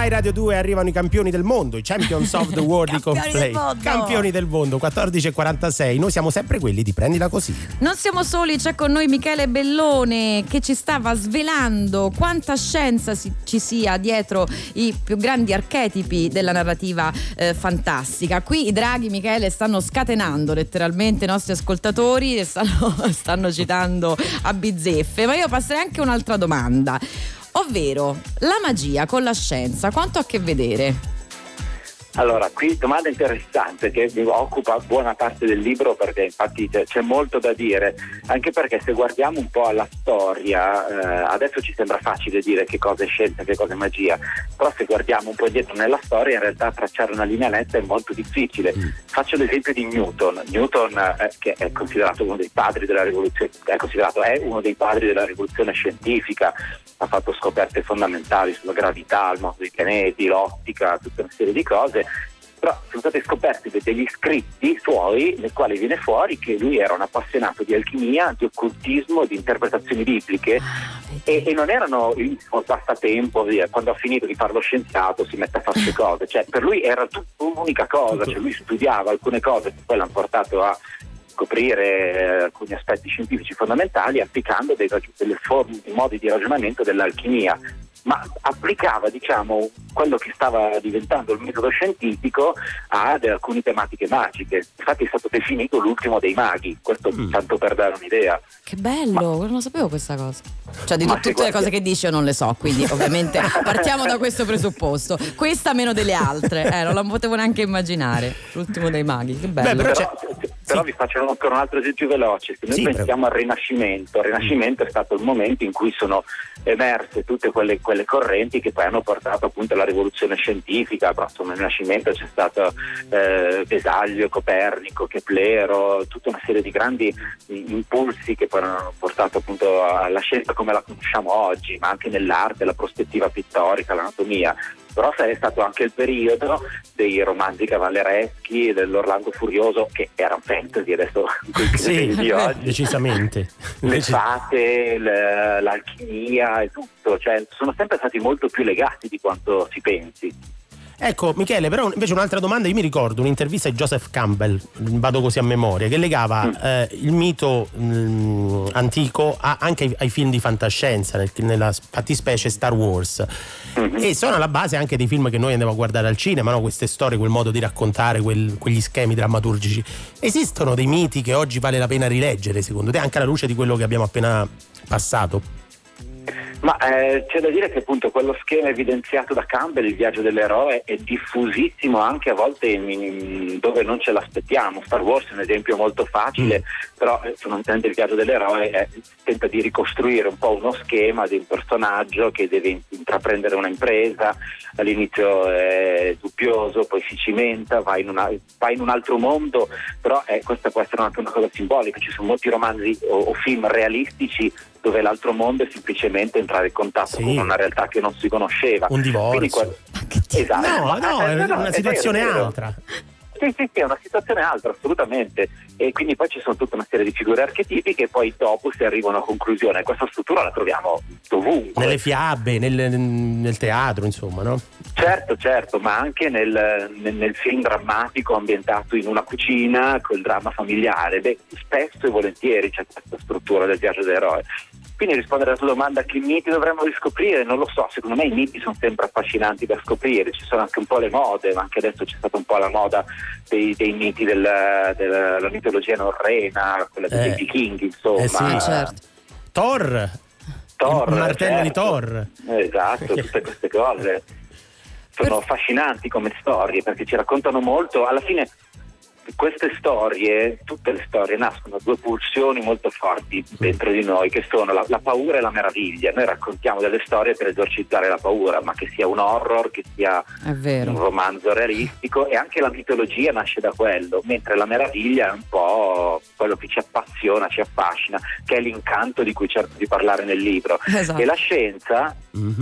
C: Rai Radio 2 arrivano i campioni del mondo, i Champions of the World di Coldplay. Campioni del mondo, 14:46. Noi siamo sempre quelli di Prendila Così.
B: Non siamo soli, c'è con noi Michele Bellone che ci stava svelando quanta scienza ci sia dietro i più grandi archetipi della narrativa fantastica. Qui i draghi, Michele, stanno scatenando letteralmente i nostri ascoltatori e stanno citando a bizzeffe, ma io passerei anche un'altra domanda, ovvero la magia con la scienza quanto ha a che vedere?
L: Allora, qui domanda interessante che mi occupa buona parte del libro, perché infatti c'è molto da dire, anche perché se guardiamo un po' alla storia, adesso ci sembra facile dire che cosa è scienza e che cosa è magia, però se guardiamo un po' indietro nella storia, in realtà tracciare una linea netta è molto difficile. Faccio l'esempio di Newton, che è considerato uno dei padri della rivoluzione, è uno dei padri della rivoluzione scientifica, ha fatto scoperte fondamentali sulla gravità, il moto dei pianeti, l'ottica, tutta una serie di cose. Però sono stati scoperti degli scritti suoi nel quale viene fuori che lui era un appassionato di alchimia, di occultismo, di interpretazioni bibliche e non erano il suo passatempo, quando ha finito di fare lo scienziato si mette a fare queste cose, cioè per lui era tutto un'unica cosa, cioè lui studiava alcune cose che poi l'hanno portato a scoprire alcuni aspetti scientifici fondamentali applicando delle forme, dei modi di ragionamento dell'alchimia, ma applicava quello che stava diventando il metodo scientifico ad alcune tematiche magiche. Infatti è stato definito l'ultimo dei maghi, questo tanto per dare un'idea.
B: Che bello, non sapevo questa cosa. Cioè di tutte le cose che dici io non le so, quindi ovviamente partiamo da questo presupposto. Questa meno delle altre, non la potevo neanche immaginare. L'ultimo dei maghi, che bello.
L: Però vi faccio ancora un altro esempio veloce. Se noi pensiamo al Rinascimento, il Rinascimento è stato il momento in cui sono emerse tutte quelle correnti che poi hanno portato appunto alla rivoluzione scientifica. Però insomma nel Rinascimento c'è stato Vesaglio, Copernico, Keplero, tutta una serie di grandi impulsi che poi hanno portato appunto alla scienza come la conosciamo oggi, ma anche nell'arte, la prospettiva pittorica, l'anatomia. Però è stato anche il periodo dei romanzi cavallereschi, dell'Orlando Furioso, che era un fantasy adesso di oggi.
C: Decisamente.
L: Le fate, l'alchimia e tutto, cioè sono sempre stati molto più legati di quanto si pensi.
C: Ecco Michele, però invece un'altra domanda, io mi ricordo un'intervista di Joseph Campbell, vado così a memoria, che legava il mito antico anche ai film di fantascienza, nella fattispecie Star Wars, e sono alla base anche dei film che noi andiamo a guardare al cinema, no? Queste storie, quel modo di raccontare, quegli schemi drammaturgici. Esistono dei miti che oggi vale la pena rileggere secondo te, anche alla luce di quello che abbiamo appena passato?
L: Ma c'è da dire che appunto quello schema evidenziato da Campbell, il viaggio dell'eroe, è diffusissimo anche a volte dove non ce l'aspettiamo. Star Wars è un esempio molto facile, però fondamentalmente il viaggio dell'eroe tenta di ricostruire un po' uno schema di un personaggio che deve intraprendere una impresa, all'inizio è dubbioso, poi si cimenta, va in un altro mondo, però questa può essere anche una cosa simbolica. Ci sono molti romanzi o film realistici dove l'altro mondo è semplicemente entrare in contatto con una realtà che non si conosceva.
C: Un divorzio.
L: Esatto.
C: No, è una situazione altra.
L: Sì, è una situazione altra, assolutamente. E quindi poi ci sono tutta una serie di figure archetipiche e poi dopo si arriva a una conclusione. Questa struttura la troviamo dovunque.
C: Nelle fiabe, nel teatro, insomma, no?
L: Certo, ma anche nel film drammatico ambientato in una cucina, col dramma familiare. Spesso e volentieri c'è questa struttura del viaggio dell'eroe. Quindi rispondere alla tua domanda, che miti dovremmo riscoprire, non lo so, secondo me i miti sono sempre affascinanti da scoprire, ci sono anche un po' le mode, ma anche adesso c'è stata un po' la moda dei miti della mitologia norrena, quella dei vichinghi, insomma.
C: Sì, certo. Thor, il martello di Thor.
L: Esatto, tutte queste cose sono affascinanti come storie perché ci raccontano molto. Alla fine queste storie, tutte le storie nascono da due pulsioni molto forti dentro di noi, che sono la paura e la meraviglia. Noi raccontiamo delle storie per esorcizzare la paura, ma che sia un horror, che sia un romanzo realistico, e anche la mitologia nasce da quello, mentre la meraviglia è un po' quello che ci appassiona, ci affascina, che è l'incanto di cui cerco di parlare nel libro. Esatto. E la scienza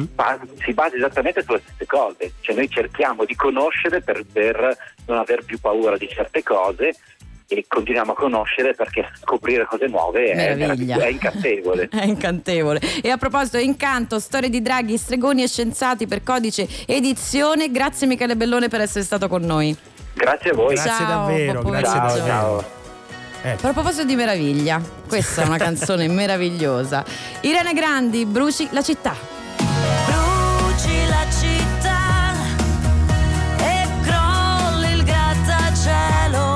L: si basa esattamente sulle stesse cose, cioè noi cerchiamo di conoscere per non aver più paura di certe cose, e continuiamo a conoscere, perché scoprire cose nuove è incantevole.
B: È incantevole. E a proposito, Incanto, storie di draghi, stregoni e scienziati per Codice Edizione. Grazie Michele Bellone per essere stato con noi.
L: Grazie a voi.
C: Grazie
B: Ciao,
C: davvero.
B: buon
C: Grazie
B: pomeriggio.
C: davvero.
B: A proposito di meraviglia, questa è una canzone meravigliosa. Irene Grandi, Bruci la città.
H: Bruci la città e crolli il grattacielo,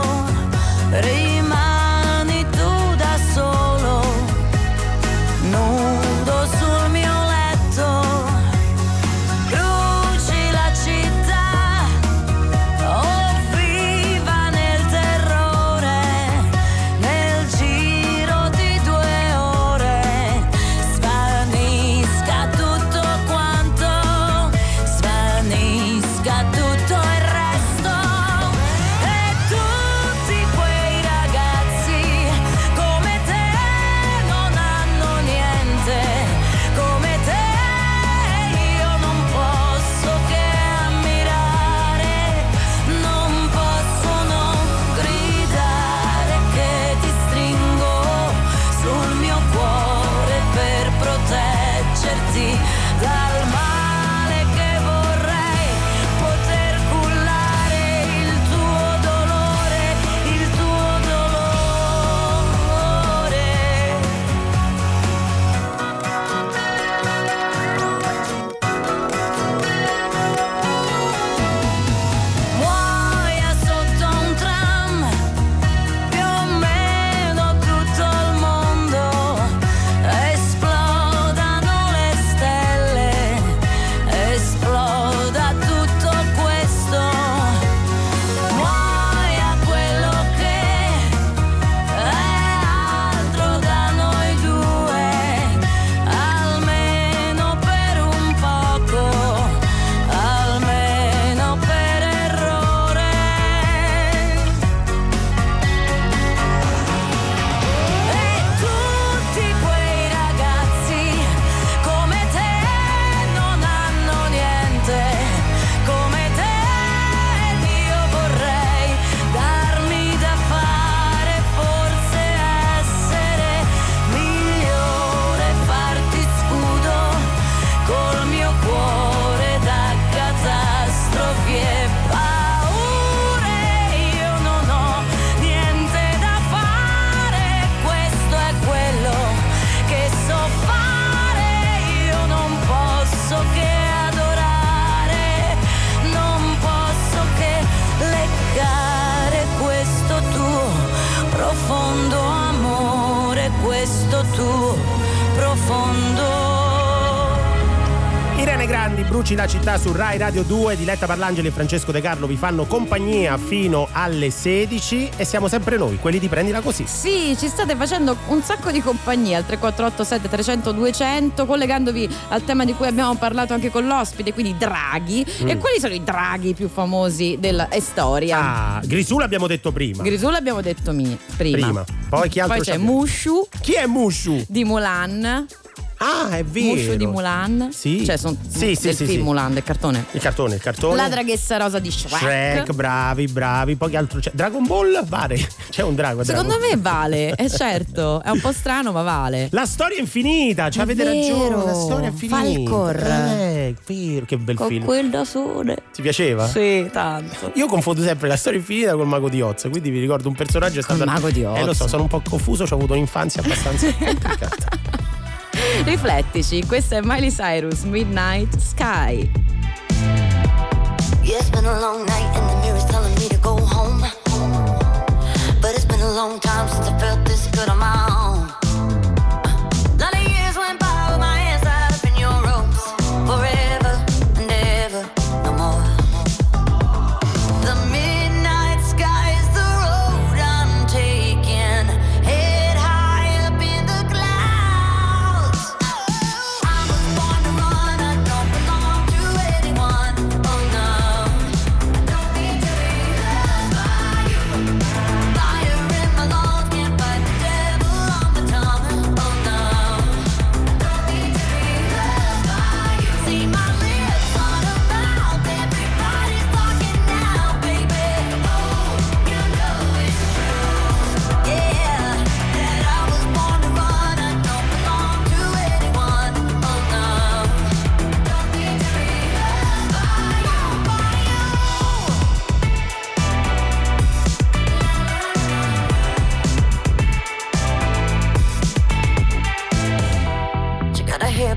H: rimani tu da solo, nudo sul mio letto. Bruci la città, oh viva nel terrore, nel giro di 2 ore svanisca tutto quanto, svanisca tutto il resto. E tutti quei ragazzi come te non hanno niente, come te io non posso che ammirare, non posso non gridare che ti stringo sul mio cuore per proteggerti dal male che vorrei poter cullare il tuo dolore, il tuo dolore. Muoia sotto un tram, più o meno tutto il mondo, esplodano le stelle, esploda tutto questo, muoia quello che è altro da noi due, almeno per un poco, almeno per errore. E tutti quei ragazzi come te non hanno niente, come te io vorrei darmi da fare, forse essere migliore, farti scudo col mio cuore da catastrofi e paure. Io non ho niente da fare, questo è quello che so fare. Io non posso che adorare, non posso che leccare questo tuo profondo amore, questo tuo profondo.
C: Irene Grandi, Bruci la città su Rai Radio 2. Diletta Parlangeli e Francesco De Carlo vi fanno compagnia fino alle 16 e siamo sempre noi, quelli di Prendila Così.
B: Sì, ci state facendo un sacco di compagnia al 348 300 200, collegandovi al tema di cui abbiamo parlato anche con l'ospite, quindi draghi. E quali sono i draghi più famosi della storia?
C: Ah, Grisù l'abbiamo detto prima.
B: Grisù l'abbiamo detto prima.
C: Poi chi altro
B: Poi c'è
C: c'abbiamo?
B: Mushu.
C: Chi è Mushu?
B: Di Mulan.
C: Ah, è vero.
B: Mushu di Mulan.
C: Sì.
B: Cioè sono
C: Sì,
B: del film Mulan, del cartone.
C: Il cartone.
B: La draghessa rosa di Shrek.
C: Bravi. Poi che altro c'è? Dragon Ball? Vale. C'è un drago.
B: Secondo me vale, certo. È un po' strano, ma vale.
C: La storia infinita, cioè avete ragione. La storia infinita.
B: Falcor.
C: Vero, che bel
B: Con
C: film.
B: quel da sole.
C: Ti piaceva?
B: Sì, tanto.
C: Io confondo sempre la storia infinita col Mago di Oz, quindi vi ricordo un personaggio è stato.
B: Il Mago di Oz.
C: Lo so, sono un po' confuso, ho avuto un'infanzia abbastanza complicata.
B: Riflettici, questa è Miley Cyrus, Midnight Sky.
H: Yeah, it's been a long night and the mirror's telling me to go home. But it's been a long time since I felt this good on my own. Lot of years went by with my hands tied up in your ropes. Forever and ever, no more. The midnight sky is the road I'm taking. Head high up in the clouds. I was born to run, I don't belong to anyone. Oh no, I don't need to be loved by you. Fire in my lungs, can't fight the devil.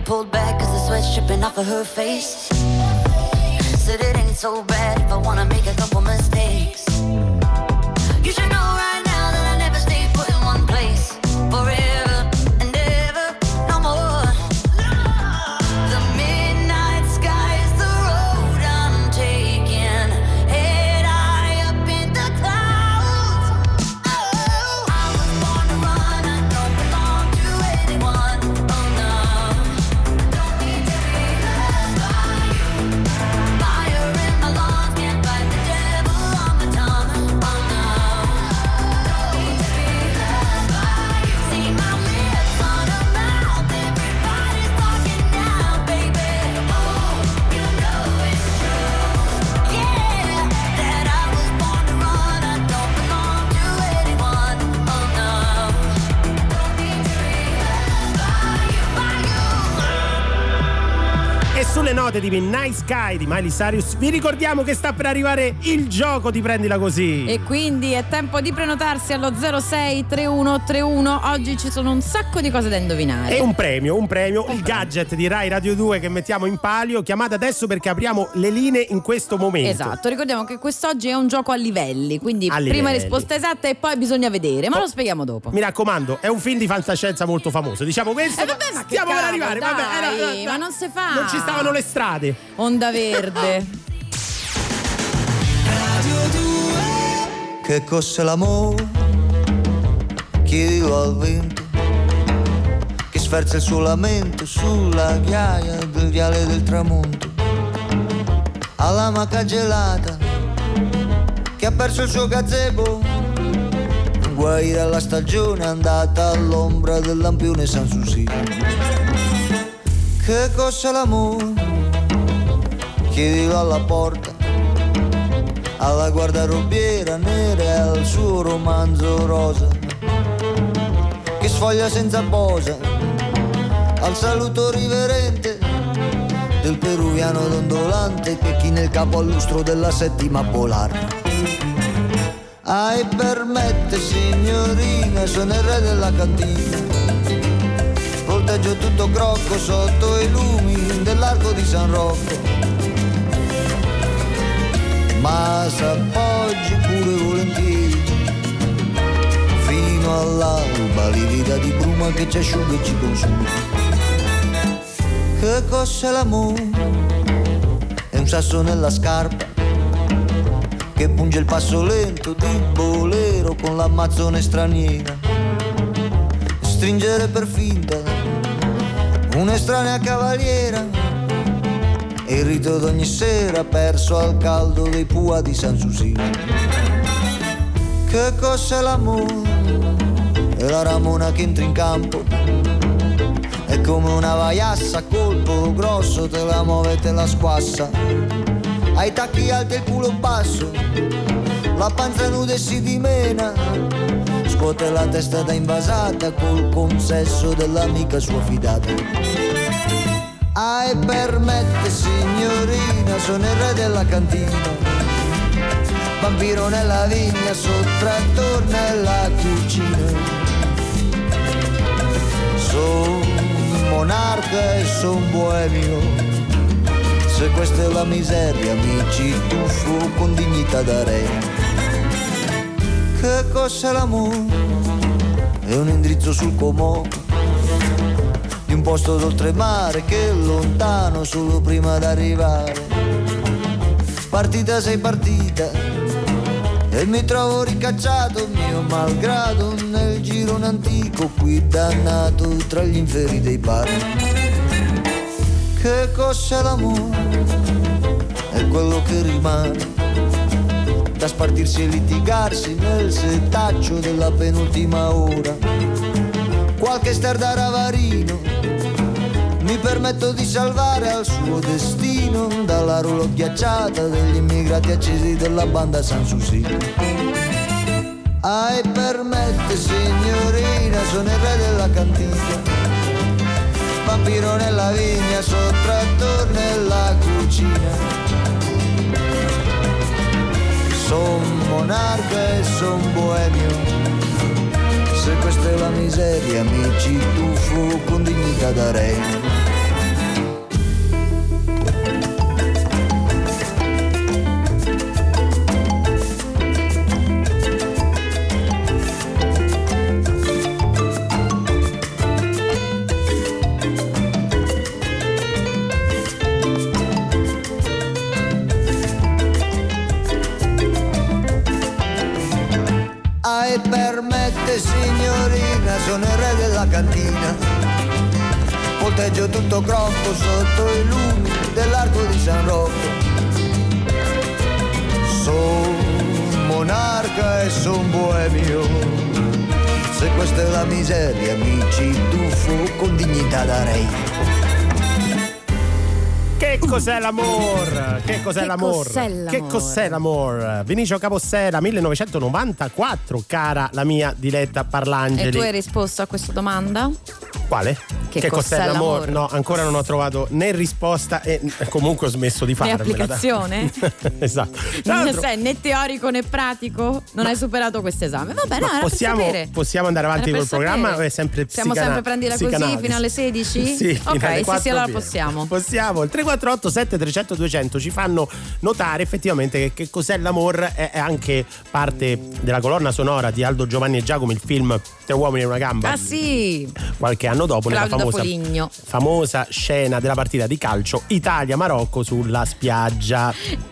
N: pulled back cause the sweat's dripping off of her face. Said it ain't so bad if I wanna make a couple mistakes. You should know right now that I never stay put in one place forever and ever, no more. The midnight sky is the road I'm taking, head high up in the clouds. Oh, I was born to run, I don't belong to anyone. Oh no, don't need to be loved by you. Fire in my lungs, can't fight the devil on my tongue. Oh no, don't need to be loved by you. See my lips on a mouth, everybody's talking now, baby. Oh, you know it's true. Yeah, that I was born to run, I don't belong to anyone. Oh no, don't need to be loved by you.
C: E sulle note di Midnight Sky di Miley Cyrus vi ricordiamo che sta per arrivare il gioco di Prendila Così.
B: E quindi è tempo di prenotarsi allo 063131. Oggi ci sono un sacco di cose da indovinare.
C: E un premio, il gadget di Rai Radio 2 che mettiamo in palio. Chiamate adesso perché apriamo le linee in questo momento.
B: Esatto, ricordiamo che quest'oggi è un gioco a livelli, quindi
C: A
B: prima
C: livelli.
B: risposta esatta e poi bisogna vedere, ma lo spieghiamo dopo.
C: Mi raccomando, è un film di fantascienza molto famoso. Diciamo questo,
B: vabbè, ma che
C: stiamo per
B: cavolo,
C: arrivare.
B: dai,
C: Vabbè,
B: ma non si fa.
C: Non ci stavano le strade.
B: Onda verde.
O: Che cos'è l'amore? Chiedilo al vento che sferza il suo lamento sulla ghiaia del viale del tramonto, alla maca gelata che ha perso il suo gazebo, guai dalla stagione andata all'ombra del lampione Sanssouci. Che cos'è l'amore? Chiedilo alla porta, alla guardarobiera nera e al suo romanzo rosa che sfoglia senza posa, al saluto riverente del peruviano dondolante che china il capo al lustro della settima polare. Ai permette signorina, sono il re della cantina, volteggio tutto crocco sotto i lumi dell'arco di San Rocco, ma s'appoggi pure volentieri fino all'alba, livida di bruma che ci asciuga e ci consuma. Che cos'è l'amore? È un sasso nella scarpa che punge il passo lento di bolero con l'ammazzone straniera, stringere per finta un'estranea cavaliera e il rito d'ogni sera perso al caldo dei pua di Sanssouci. Che cos'è l'amore? È la ramona che entra in campo, è come una vaiassa, colpo grosso, te la muove e te la squassa, ai tacchi alti e il culo basso, la panza nuda e si dimena, scuote la testa da invasata col consesso dell'amica sua fidata. Ai permette signorina, sono il re della cantina, vampiro nella vigna, sottrattor nella cucina, son monarca e son boemio, se questa è la miseria mi ci tuffo con dignità da re. Che cos'è l'amore? È un indirizzo sul comò di un posto d'oltremare che è lontano solo prima d'arrivare. Partita sei partita e mi trovo ricacciato mio malgrado nel girone antico qui dannato tra gli inferi dei bar. Che cos'è l'amore? È quello che rimane da spartirsi e litigarsi nel setaccio della penultima ora. Qualche star da ravarino mi permetto di salvare al suo destino dalla roulotte ghiacciata degli immigrati accesi della banda Sanssouci. Ai permette signorina, sono il re della cantina, vampiro nella vigna, sottrattor nella cucina, son monarca e son boemio, se questa è la miseria mi ci tuffo con dignità da re. cantina, volteggio tutto crocco sotto i lumi dell'arco di San Rocco. Son monarca e son boemio, se questa è la miseria mi ci tuffo con dignità darei.
C: Che cos'è l'amor? Che cos'è l'amor? Che cos'è l'amor? Vinicio Capossela, 1994, cara la mia Diletta Parlangeli.
B: E tu hai risposto a questa domanda?
C: Quale? Che cos'è l'amor? No, ancora non ho trovato né risposta e comunque ho smesso di farmela.
B: Né applicazione?
C: Esatto.
B: Sei né teorico né pratico? Non hai superato questo esame? Va bene, era
C: possiamo andare avanti col programma o è sempre
B: Siamo sempre prendila così fino alle 16?
C: Sì,
B: ok, sì, allora possiamo.
C: Possiamo. Il 348 7300 200 ci fanno notare effettivamente che cos'è l'amor è anche parte della colonna sonora di Aldo, Giovanni e Giacomo, il film Tre uomini e una gamba.
B: Ah sì!
C: Qualche anno dopo,
B: Claudio
C: nella famosa scena della partita di calcio Italia-Marocco sulla spiaggia.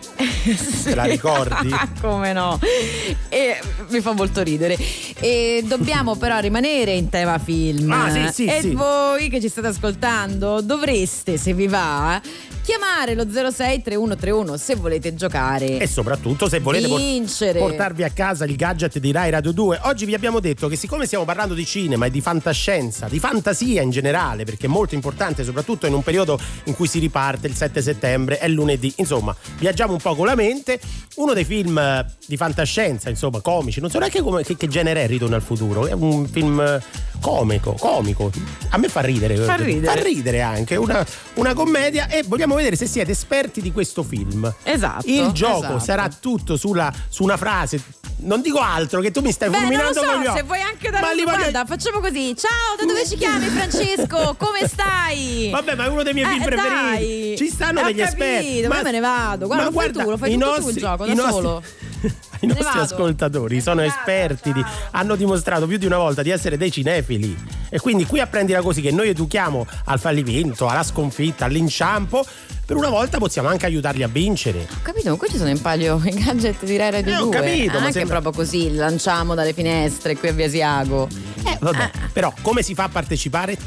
C: Te la ricordi?
B: Come no? E mi fa molto ridere. E dobbiamo però rimanere in tema film.
C: Sì.
B: Voi che ci state ascoltando dovreste, se vi va, chiamare lo 06 3131 se volete giocare
C: e soprattutto se volete
B: vincere,
C: portarvi a casa il gadget di Rai Radio 2. Oggi vi abbiamo detto che siccome stiamo parlando di cinema e di fantascienza, di fantasia in generale, perché è molto importante soprattutto in un periodo in cui si riparte il 7 settembre, è lunedì, insomma viaggiamo un po' con la mente. Uno dei film di fantascienza, insomma comici, non so neanche che genere è Ritorno al futuro, è un film comico, a me fa ridere anche, una commedia, e vogliamo vedere se siete esperti di questo film.
B: Esatto.
C: Il gioco sarà tutto su una frase, non dico altro, che tu mi stai fulminando con gli occhi.
B: Se vuoi anche dare una domanda, facciamo così: ciao, da dove ci chiami, Francesco? Come stai?
C: Vabbè, ma è uno dei miei film preferiti. Ci stanno degli esperti.
B: Ma me ne vado. Guarda, lo fai tutto tu il gioco, da solo.
C: I nostri ascoltatori sono esperti, hanno dimostrato più di una volta di essere dei cinefili, e quindi qui a Prendila Così, che noi educhiamo al fallimento, alla sconfitta, all'inciampo, per una volta possiamo anche aiutarli a vincere.
B: Ho capito, ma qui ci sono in palio i gadget di Rai Radio 2.
C: Ho capito,
B: anche proprio così lanciamo dalle finestre qui a Via Asiago.
C: Vabbè, però come si fa a partecipare?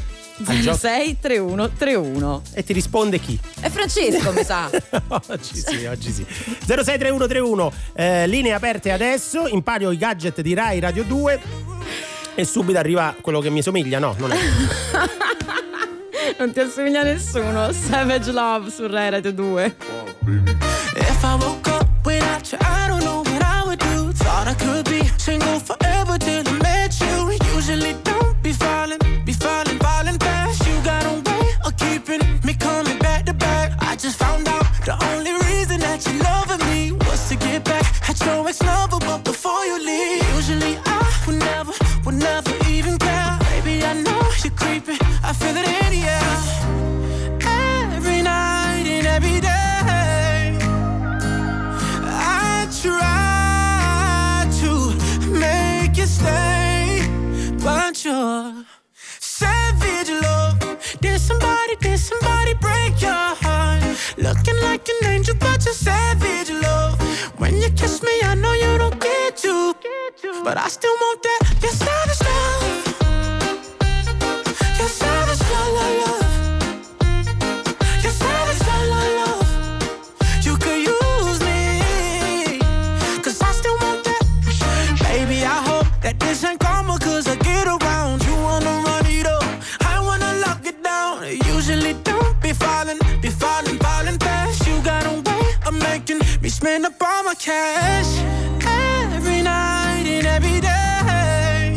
B: 06 3131.
C: E ti risponde chi?
B: È Francesco, mi sa.
C: Oggi sì. 06 3131, linee aperte adesso, imparo i gadget di Rai Radio 2 e subito arriva quello che mi somiglia, no? Non è.
B: Non ti assomiglia nessuno. Savage Love su Rai Radio 2.
D: If I woke up without you, I don't know what I would do. Thought I could be single forever till I met you. Usually don't be falling fast. You got a way of keeping me coming back to back. I just found out the only reason that you loving me was to get back at your ex-lover, but before you leave, usually I would never even care. Baby, I know you're creeping, I feel it in the air. Every night and every day, I try to make you stay, but you're savage love. Did somebody break your heart? Looking like an angel, but you're savage love. When you kiss me, I know you don't get to, but I still want that. You're savage love. You're savage love. You're savage love. You could use me, 'cause I still want that. Baby, I hope that this ain't karma, 'cause I get around. You wanna run it up, I wanna lock it down. Usually don't be falling fast. You got a way of making me spend up all my cash. Every night and every day,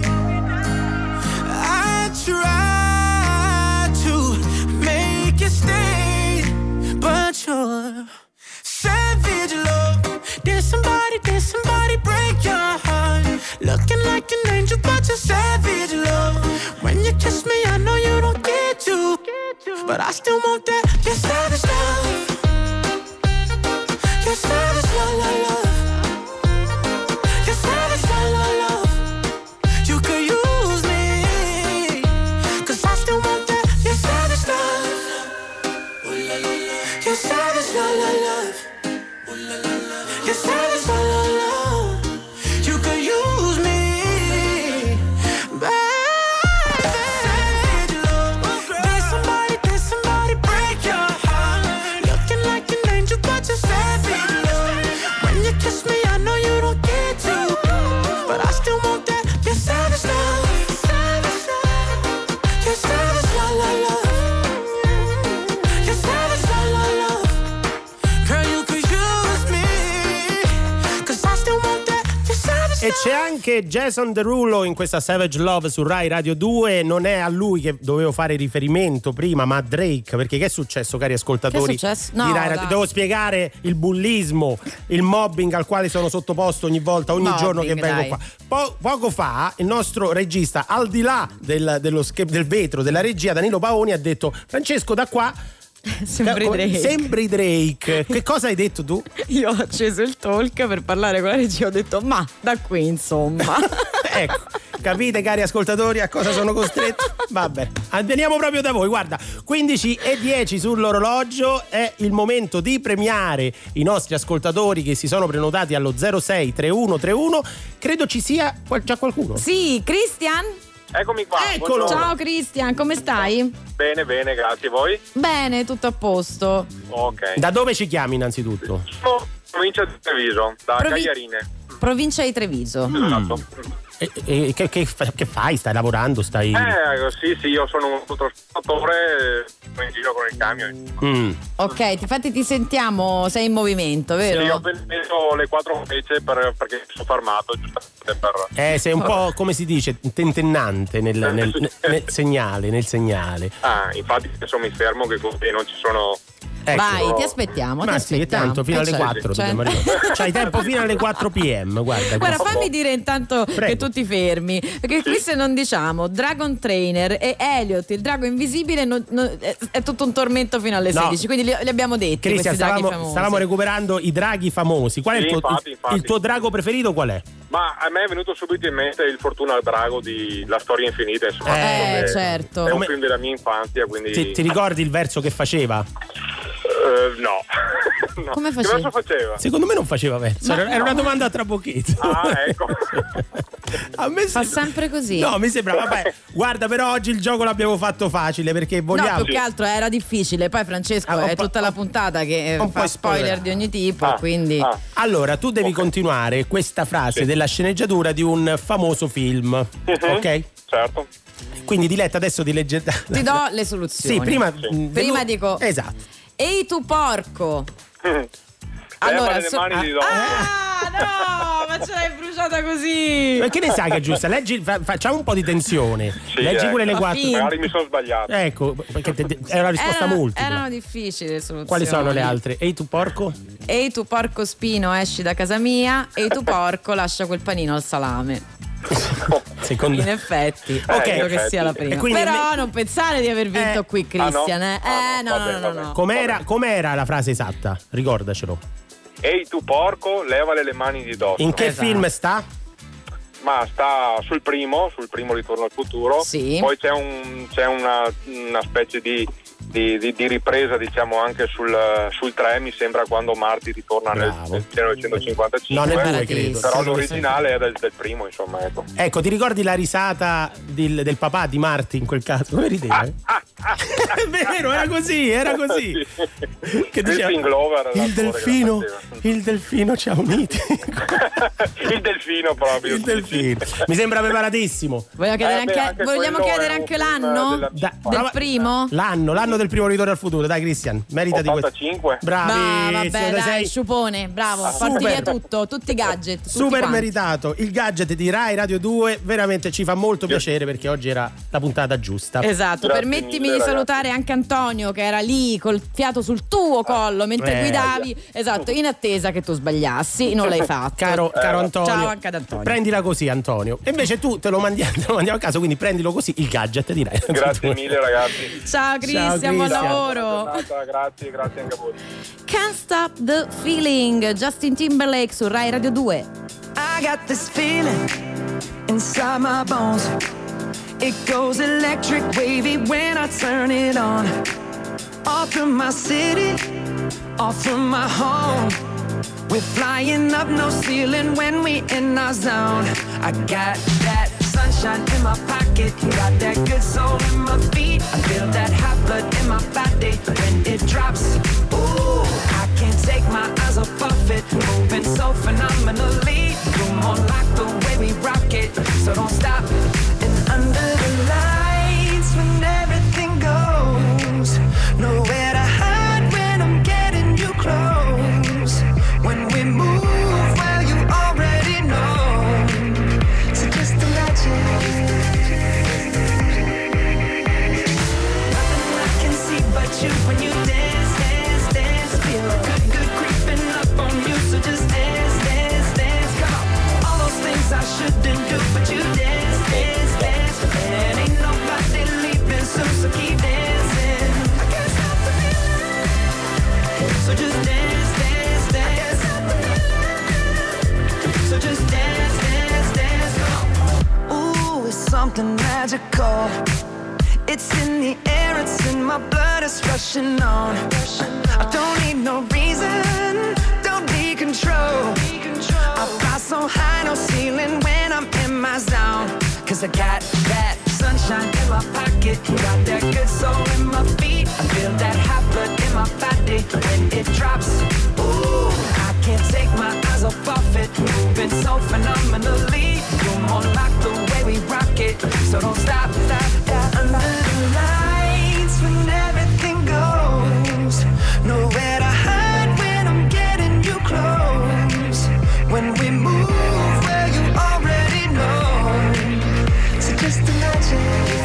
D: I try to make you stay, but you're savage love. Did somebody break your heart? Looking like an angel, but you're savage love. When you kiss me, I know you don't get to, but I still want that. You're savage love. You're savage love. You're savage love. You could use me, 'cause I still want that. You're savage love. You're savage love. You're savage love. You could use me, baby.
C: E c'è anche Jason Derulo in questa Savage Love su Rai Radio 2. Non è a lui che dovevo fare riferimento prima, ma a Drake, perché che è successo, cari ascoltatori?
B: Che è successo? No,
C: di Rai Radio? Devo spiegare il bullismo, il mobbing al quale sono sottoposto ogni volta, ogni giorno che vengo qua. Poco fa il nostro regista, al di là del vetro della regia, Danilo Paoni, ha detto: Francesco, da qua sembri Drake. Che cosa hai detto tu?
B: Io ho acceso il talk per parlare con la regia, ho detto ma da qui insomma.
C: Ecco, capite cari ascoltatori a cosa sono costretto? Vabbè, veniamo proprio da voi. Guarda, 15:10 sull'orologio, è il momento di premiare i nostri ascoltatori che si sono prenotati allo 06 3131. Credo ci sia già qualcuno.
B: Sì, Christian?
P: Eccomi qua.
C: Eccolo.
B: Ciao Christian, come stai?
P: Bene, grazie. Voi?
B: Bene, tutto a posto.
P: Ok.
C: Da dove ci chiami innanzitutto?
P: Sono provincia di Treviso, da Cagliarine.
B: Provincia di Treviso.
P: Esatto.
C: E che fai? Stai lavorando? Sì,
P: io sono un trasportatore, sono in giro con il camion.
B: Ok, infatti ti sentiamo, sei in movimento, vero?
P: Sì, ho messo le 4 frecce perché sono fermato, giustamente per...
C: sei un po', come si dice, tentennante nel segnale.
P: Ah, infatti adesso mi fermo che così non ci sono...
C: Ecco.
B: Vai, ti aspettiamo.
C: Ma sì, tanto fino alle 4 dobbiamo arrivare. C'hai tempo fino alle 4 PM. Guarda,
B: fammi dire intanto che tu ti fermi, perché qui se non diciamo Dragon Trainer e Elliot, il drago invisibile, è tutto un tormento fino alle 16. Quindi li abbiamo detti.
C: Cristian,
B: questi draghi famosi.
C: stavamo recuperando i draghi famosi. Qual è il tuo drago preferito? Qual è?
P: Ma a me è venuto subito in mente il Fortuna al Drago di La Storia Infinita, insomma.
B: Certo.
P: È un film della mia infanzia, quindi...
C: Ti ricordi il verso che faceva?
P: No.
B: Come faceva?
P: Che verso faceva?
C: Secondo me non faceva verso. Era una domanda a trabocchetto.
P: Ah, ecco.
C: A me
B: fa sempre così.
C: No, mi sembra, vabbè. Guarda, però oggi il gioco l'abbiamo fatto facile perché vogliamo.
B: No, più che altro era difficile. Poi Francesco è tutta la puntata che fa spoiler di ogni tipo, quindi.
C: Allora, tu devi continuare questa frase della sceneggiatura di un famoso film. Ok?
P: Certo.
C: Quindi Diletta adesso ti legge.
B: Ti do le soluzioni.
C: Sì, prima
B: dico.
C: Esatto.
B: Ehi tu porco.
P: Allora, le mani di dosso.
B: No, ma ce l'hai bruciata così.
C: Ma che ne sai che è giusta? Leggi, facciamo un po' di tensione. Leggi pure le 4.
P: Magari mi sono sbagliato.
C: Ecco, perché è una risposta multipla.
B: Erano difficili le soluzioni.
C: Quali sono le altre? Ehi tu porco?
B: Ehi tu porco spino, esci da casa mia. Ehi tu porco, lascia quel panino al salame.
C: Secondo...
B: In effetti, credo che sia la prima. Però non pensare di aver vinto qui, Christian. No.
C: Com'era la frase esatta? Ricordacelo.
P: Ehi tu porco, levale le mani di dosso.
C: In che film sta?
P: Ma sta sul primo Ritorno al futuro.
B: Sì.
P: Poi c'è una specie di ripresa, diciamo, anche sul 3, mi sembra, quando Marty ritorna nel 1955.
C: No, nel 2 credo.
P: Però l'originale è del primo, insomma, ecco.
C: Ecco, ti ricordi la risata del papà di Marty in quel caso? Come rideva? È vero, era così. Che diceva, il delfino ci ha uniti.
P: Il delfino proprio.
C: Mi sembra preparatissimo.
B: Vogliamo chiedere anche l'anno del primo?
C: L'anno del primo Ritorno al futuro, dai Cristian, meritati
P: 85.
C: Bravi.
B: Dai, sciupone, bravo, porti via tutti i gadget.
C: Super meritato. Il gadget di Rai Radio 2 veramente ci fa molto piacere perché oggi era la puntata giusta.
B: Esatto.
P: Grazie
B: Permettimi
P: mille,
B: di salutare anche Antonio che era lì col fiato sul tuo collo mentre guidavi, esatto, in attesa che tu sbagliassi, non l'hai fatto.
C: Caro Antonio.
B: Ciao anche ad Antonio.
C: Prendila così, Antonio. E invece tu te lo mandiamo a casa, quindi prendilo così, il gadget di Rai.
P: Grazie mille, ragazzi.
B: Ciao Cristian, buon lavoro.
P: Grazie anche a voi.
B: Can't Stop the Feeling, Justin Timberlake su Rai Radio 2.
Q: I got this feeling inside my bones. It goes electric wavy when I turn it on. Off from my city, off from my home. We're flying up no ceiling when we in our zone. I got that sunshine in my pocket, got that good soul in my feet. I feel that hot blood in my body when it drops. Ooh, I can't take my eyes off of it, moving so phenomenally. You're more like the way we rock it, so don't stop. And under the lights when everything goes, nowhere to hide when I'm getting you close. When we move, well, you already know. magical. It's in the air, it's in my blood, it's rushing on. I don't need no reason, don't need control. I fly so high, no ceiling when I'm in my zone. Cause I got that sunshine in my pocket, got that good soul in my feet. I feel that hot blood in my body when it drops. Ooh, I can't take my eyes off of it, moving so phenomenally. You're more like the way we rock it, so don't stop, stop, stop. Under the lights when everything goes, nowhere to hide when I'm getting you close. When we move where you already know, so just imagine.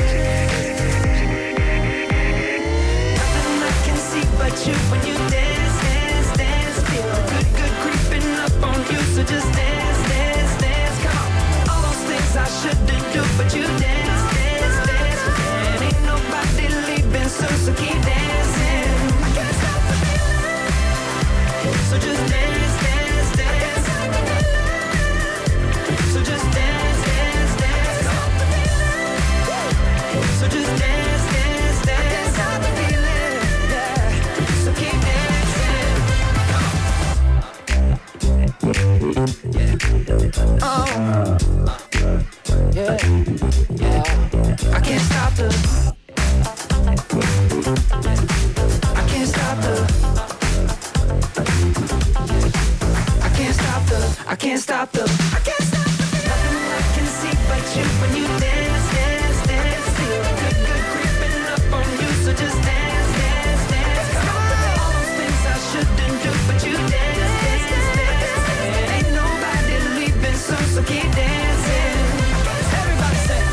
Q: Nothing I can see but you when you dance, dance, dance. Feel good, good creeping up on you, so just dance, dance, dance. Come on, all those things I shouldn't do, but you dance, dance, dance. And ain't nobody leaving soon, so keep dancing. I can't stop the feeling, so just dance, dance, dance. So just dance, dance, dance. So just dance, dance, dance. I can't stop the feeling, yeah. So keep dancing. Oh, yeah, yeah. I can't stop the. I can't stop the. I can't stop the. I can't stop the. I can't stop the. Nothing I can see but you when you dance, dance, dance. Feel good, good creeping up on you, so just dance, dance, dance. Come on, all those things I shouldn't do, but you dance, dance, dance. And ain't nobody leaving soon, so keep dancing. Everybody say.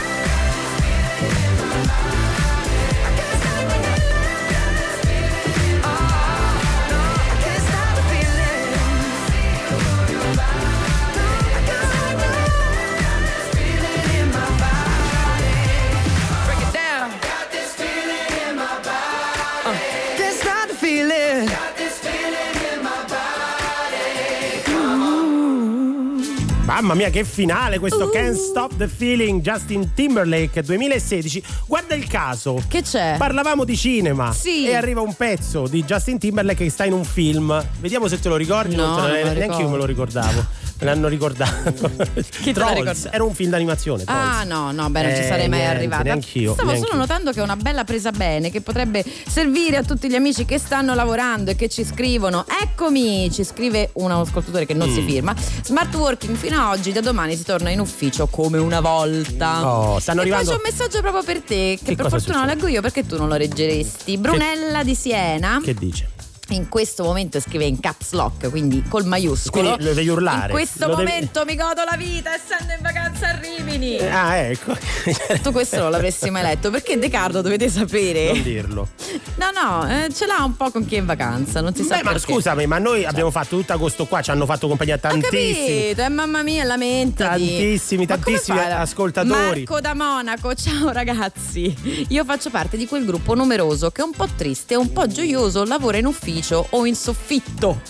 C: Mamma mia, che finale questo Can't Stop the Feeling, Justin Timberlake 2016. Guarda il caso.
B: Che c'è?
C: Parlavamo di cinema.
B: Sì.
C: E arriva un pezzo di Justin Timberlake che sta in un film. Vediamo se te lo ricordi.
B: No,
C: non te lo
B: non me lo
C: neanche io me lo ricordavo. Me l'hanno ricordato.
B: Chi te l'ha ricordato?
C: Era un film d'animazione.
B: Ah, no, beh, non ci sarei mai arrivata.
C: Neanch'io.
B: Stavo solo notando che è una bella presa bene, che potrebbe servire a tutti gli amici che stanno lavorando e che ci scrivono. Eccomi, ci scrive un ascoltatore che non si firma. Smart working fino a oggi, da domani si torna in ufficio come una volta.
C: Oh, stanno arrivando.
B: E poi c'è un messaggio proprio per te, che per fortuna lo leggo io perché tu non lo leggeresti. Brunella di Siena.
C: Che dice?
B: In questo momento scrive in caps lock, quindi col maiuscolo.
C: Quindi lo devi urlare.
B: In questo momento mi godo la vita essendo in vacanza a Rimini.
C: Ecco.
B: Tu questo non l'avresti mai letto, perché De Carlo dovete sapere.
C: Non dirlo.
B: No, ce l'ha un po' con chi è in vacanza, non si sa perché.
C: Ma scusami, ma noi abbiamo fatto tutto agosto qua, ci hanno fatto compagnia tantissimi.
B: Ho capito, mamma mia, lamentati.
C: Tantissimi ascoltatori.
B: Marco da Monaco, ciao ragazzi. Io faccio parte di quel gruppo numeroso che è un po' triste, un po' gioioso, lavora in ufficio o in soffitto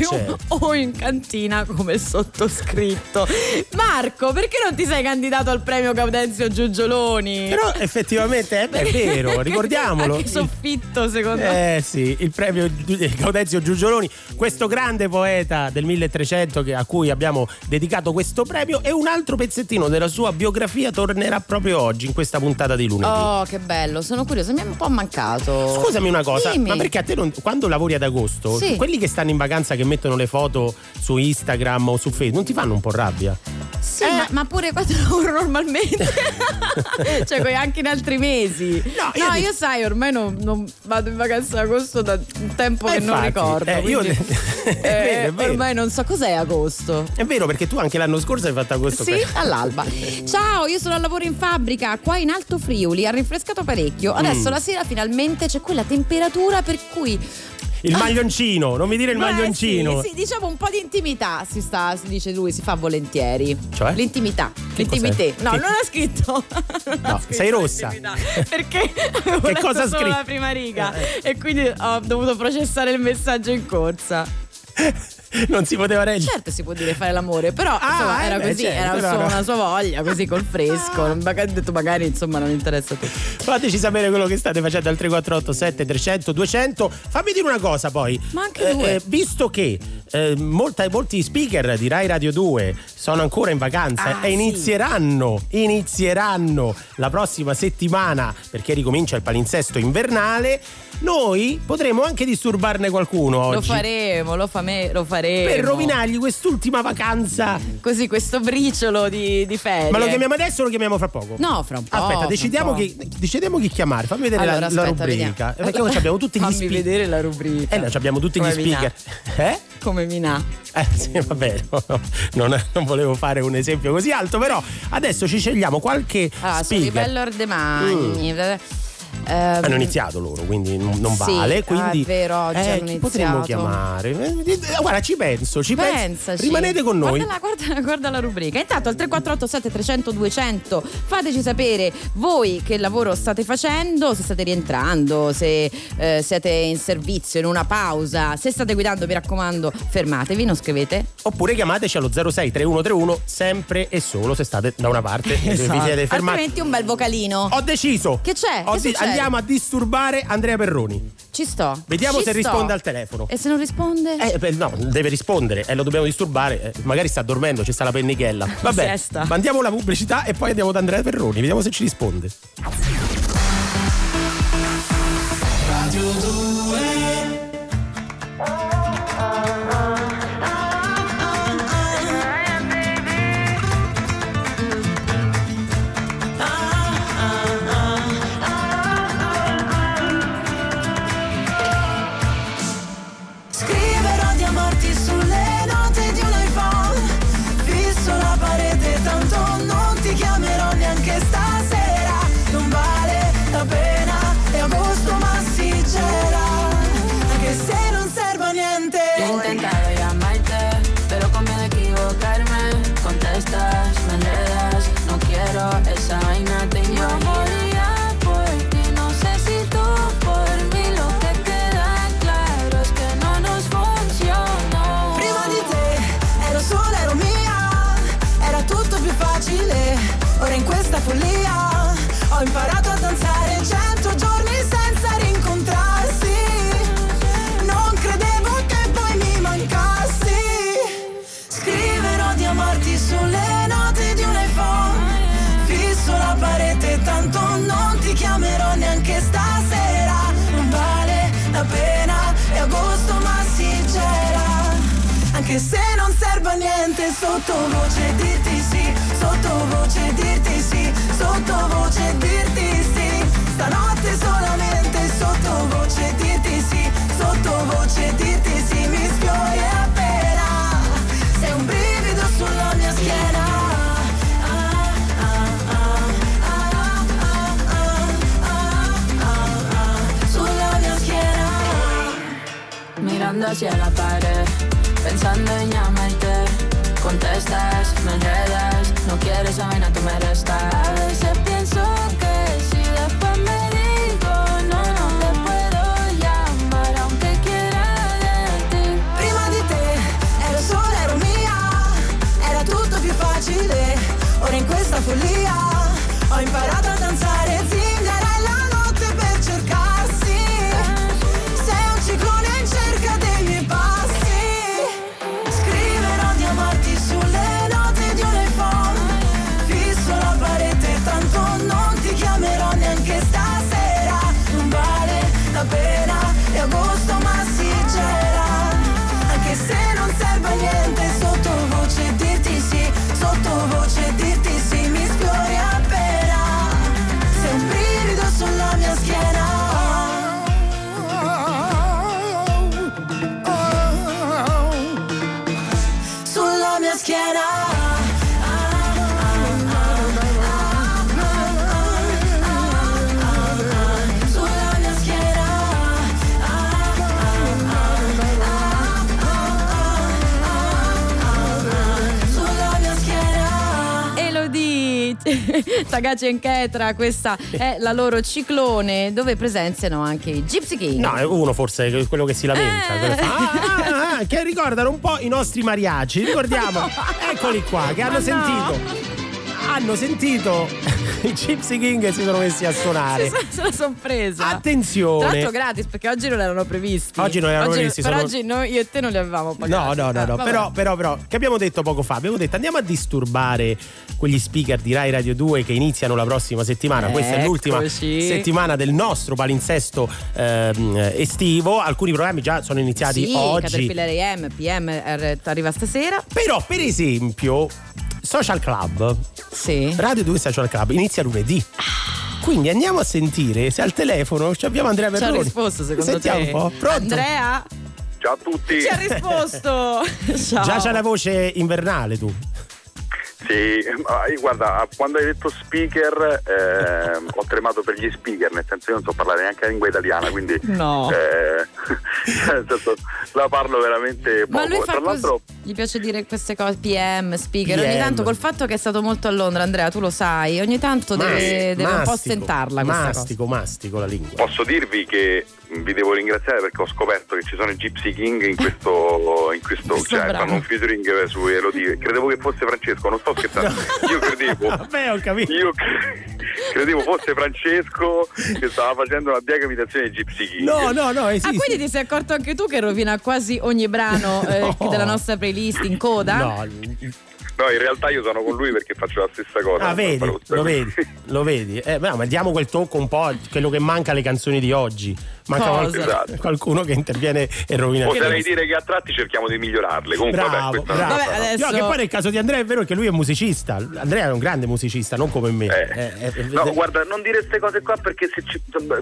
B: o in cantina come il sottoscritto. Marco, perché non ti sei candidato al premio Gaudenzio Giugioloni?
C: Però effettivamente è vero, ricordiamolo.
B: Anche soffitto secondo me.
C: Sì, il premio Gaudenzio Giugioloni, questo grande poeta del 1300 a cui abbiamo dedicato questo premio, e un altro pezzettino della sua biografia tornerà proprio oggi in questa puntata di lunedì.
B: Oh, che bello, sono curiosa, mi è un po' mancato.
C: Scusami una cosa,
B: dimmi.
C: ma perché a te quando lavori ad agosto,
B: sì,
C: quelli che stanno in vacanza, che mettono le foto su Instagram o su Facebook, non ti fanno un po' rabbia?
B: Sì, ma pure quando lavoro normalmente. Cioè anche in altri mesi. No, io sai, ormai non vado in vacanza ad agosto da un tempo che non ricordo.
C: È vero.
B: Ormai non so cos'è agosto.
C: È vero, perché tu anche l'anno scorso hai fatto agosto.
B: Sì, all'alba. Ciao, io sono al lavoro in fabbrica qua in Alto Friuli, ha rinfrescato parecchio. Adesso la sera finalmente c'è quella temperatura per cui
C: il maglioncino, non mi dire il maglioncino.
B: Sì, diciamo un po' di intimità si dice lui, si fa volentieri.
C: Cioè?
B: L'intimità.
C: Cos'è?
B: No, non ha scritto.
C: No, sei rossa.
B: Perché avevo
C: che
B: letto
C: cosa
B: solo la prima riga e quindi ho dovuto processare il messaggio in corsa.
C: Non si poteva reggere.
B: Certo si può dire fare l'amore, però insomma, era così,
C: certo,
B: era solo una sua voglia, così col fresco. Ha detto magari insomma non interessa a tutti.
C: Fateci sapere quello che state facendo al 348 7300 200. Fammi dire una cosa poi.
B: Ma anche due.
C: Visto che molti speaker di Rai Radio 2 sono ancora in vacanza e inizieranno la prossima settimana, perché ricomincia il palinsesto invernale, noi potremo anche disturbarne qualcuno oggi.
B: Lo faremo.
C: Per rovinargli quest'ultima vacanza.
B: Così, questo briciolo di ferie.
C: Ma lo chiamiamo adesso o lo chiamiamo fra poco?
B: No, fra un po'.
C: Aspetta, decidiamo chi chiamare. Fammi vedere la rubrica. Perché noi abbiamo tutti gli
B: Fammi
C: speaker.
B: vedere la rubrica.
C: Noi abbiamo tutti gli speaker.
B: Come Minà.
C: Sì, vabbè, non volevo fare un esempio così alto, però adesso ci scegliamo qualche speaker.
B: Sono livello Ordemagni.
C: Hanno iniziato loro, quindi non vale. Quindi
B: è vero, oggi hanno
C: chi
B: iniziato.
C: potremmo chiamare? Guarda, ci penso.
B: Pensaci.
C: Rimanete con noi.
B: Guarda la rubrica. Intanto al 348 7300 200 fateci sapere voi che lavoro state facendo, se state rientrando, se siete in servizio, in una pausa, se state guidando, mi raccomando, fermatevi, non scrivete.
C: Oppure chiamateci allo 06 3131 sempre e solo se state da una parte e vi siete fermati.
B: Altrimenti un bel vocalino.
C: Ho deciso.
B: Che c'è? Che succede?
C: Andiamo a disturbare Andrea Perroni.
B: Ci sto.
C: Vediamo se risponde al telefono.
B: E se non risponde?
C: No, deve rispondere. Lo dobbiamo disturbare. Magari sta dormendo, ci sta la pennichella. Vabbè,
B: Sesta.
C: mandiamo la pubblicità e poi andiamo da Andrea Perroni. Vediamo se ci risponde.
D: Radio 2.
J: Scriverò di amarti sulle note di un iPhone, fisso la parete, tanto non ti chiamerò neanche stasera. Non vale la pena, è agosto ma si c'era, anche se non serve a niente.
R: He intentado llamarte, pero conviene equivocarme. Contestas, me enredas, no quiero esa vaina, te
H: Yo moría por ti, no sé si tú por mí. Lo que queda claro es que no nos funcionó.
J: Prima di te ero sola, ero mia, era tutto più facile. Ora in questa follia ho imparato a danzare 100 giorni senza rincontrarsi. Non credevo che poi mi mancassi. Scriverò di amarti sulle note di un iPhone, fisso la parete, tanto non ti chiamerò neanche stasera. Non vale la pena, è agosto ma si gela, anche se non serve a niente. Sottovoce dirti sì, sottovoce dirti sì, sottovoce dirti sì. Stanotte solamente sottovoce dirti sì, sottovoce dirti sì. Mi sfiori appena, sei un brivido sulla mia schiena. Sulla mia schiena.
R: Mirando hacia la pared, pensando en llamarte. Contestas, me enredas, no quieres esa vaina, tú me restas.
H: A veces pienso que si después me digo no te puedo llamar aunque quiera de ti.
J: Prima di te ero sola, ero mia, era tutto più facile. Ora in questa follia ho imparato a danzare zingarella notte per cercarsi. Sei un ciclone in cerca dei miei passi. Scriverò di amarti sulle note di un iPhone, fisso la parete, tanto non ti chiamo
B: Tagaci e Nketra, questa è la loro Ciclone, dove presenziano anche i Gypsy King.
C: No, è uno forse quello che si lamenta. Che ricordano un po' i nostri mariachi. Ricordiamo, eccoli qua, che hanno sentito i Gypsy King e si sono messi a suonare.
B: Se la sono presa.
C: Attenzione.
B: Tra l'altro gratis, perché oggi non erano previsti.
C: Oggi non erano previsti.
B: Per oggi noi, io e te non li avevamo pagati.
C: No. Però, che abbiamo detto poco fa? Abbiamo detto andiamo a disturbare quegli speaker di Rai Radio 2 che iniziano la prossima settimana. Questa è l'ultima settimana del nostro palinsesto estivo. Alcuni programmi già sono iniziati oggi.
B: Caterpillar AM, PM arriva stasera.
C: Però, per esempio, Social Club, Radio 2 Social Club inizia lunedì. Quindi andiamo a sentire se al telefono abbiamo Andrea Perroni.
B: Ci ha risposto secondo
C: Sentiamo
B: te?
C: un po'. Pronto?
B: Andrea?
P: Ciao a tutti.
B: Ci ha risposto. Ciao.
C: Già c'hai la voce invernale tu.
P: Sì, guarda, quando hai detto speaker ho tremato per gli speaker, nel senso io non so parlare neanche la lingua italiana, quindi
B: no.
P: Nel senso, la parlo veramente poco.
B: Ma lui fa
P: tra l'altro
B: gli piace dire queste cose, PM, speaker. Ogni tanto, col fatto che è stato molto a Londra, Andrea, tu lo sai, ogni tanto deve un po' stentarla questa
C: mastico la lingua.
P: Posso dirvi che vi devo ringraziare perché ho scoperto che ci sono i Gypsy King in questo cioè fanno un featuring su Elodie. Credevo che fosse Francesco, non sto scherzando. No. Io credevo
C: vabbè, ho capito.
P: Credevo fosse Francesco che stava facendo una biega imitazione di Gypsy King.
C: No, esiste.
B: Ah, quindi ti sei accorto anche tu che rovina quasi ogni brano della nostra playlist in coda?
P: No, in realtà io sono con lui perché faccio la stessa cosa.
C: Ah, lo vedi. Ma diamo quel tocco un po', quello che manca alle canzoni di oggi. Manca qualcuno che interviene e rovina.
P: Potrei dire che a tratti cerchiamo di migliorarle. Comunque,
C: bravo.
B: Vabbè, adesso...
C: No, che poi nel caso di Andrea è vero che lui è musicista. Andrea è un grande musicista, non come me.
P: No, guarda, non dire queste cose qua perché se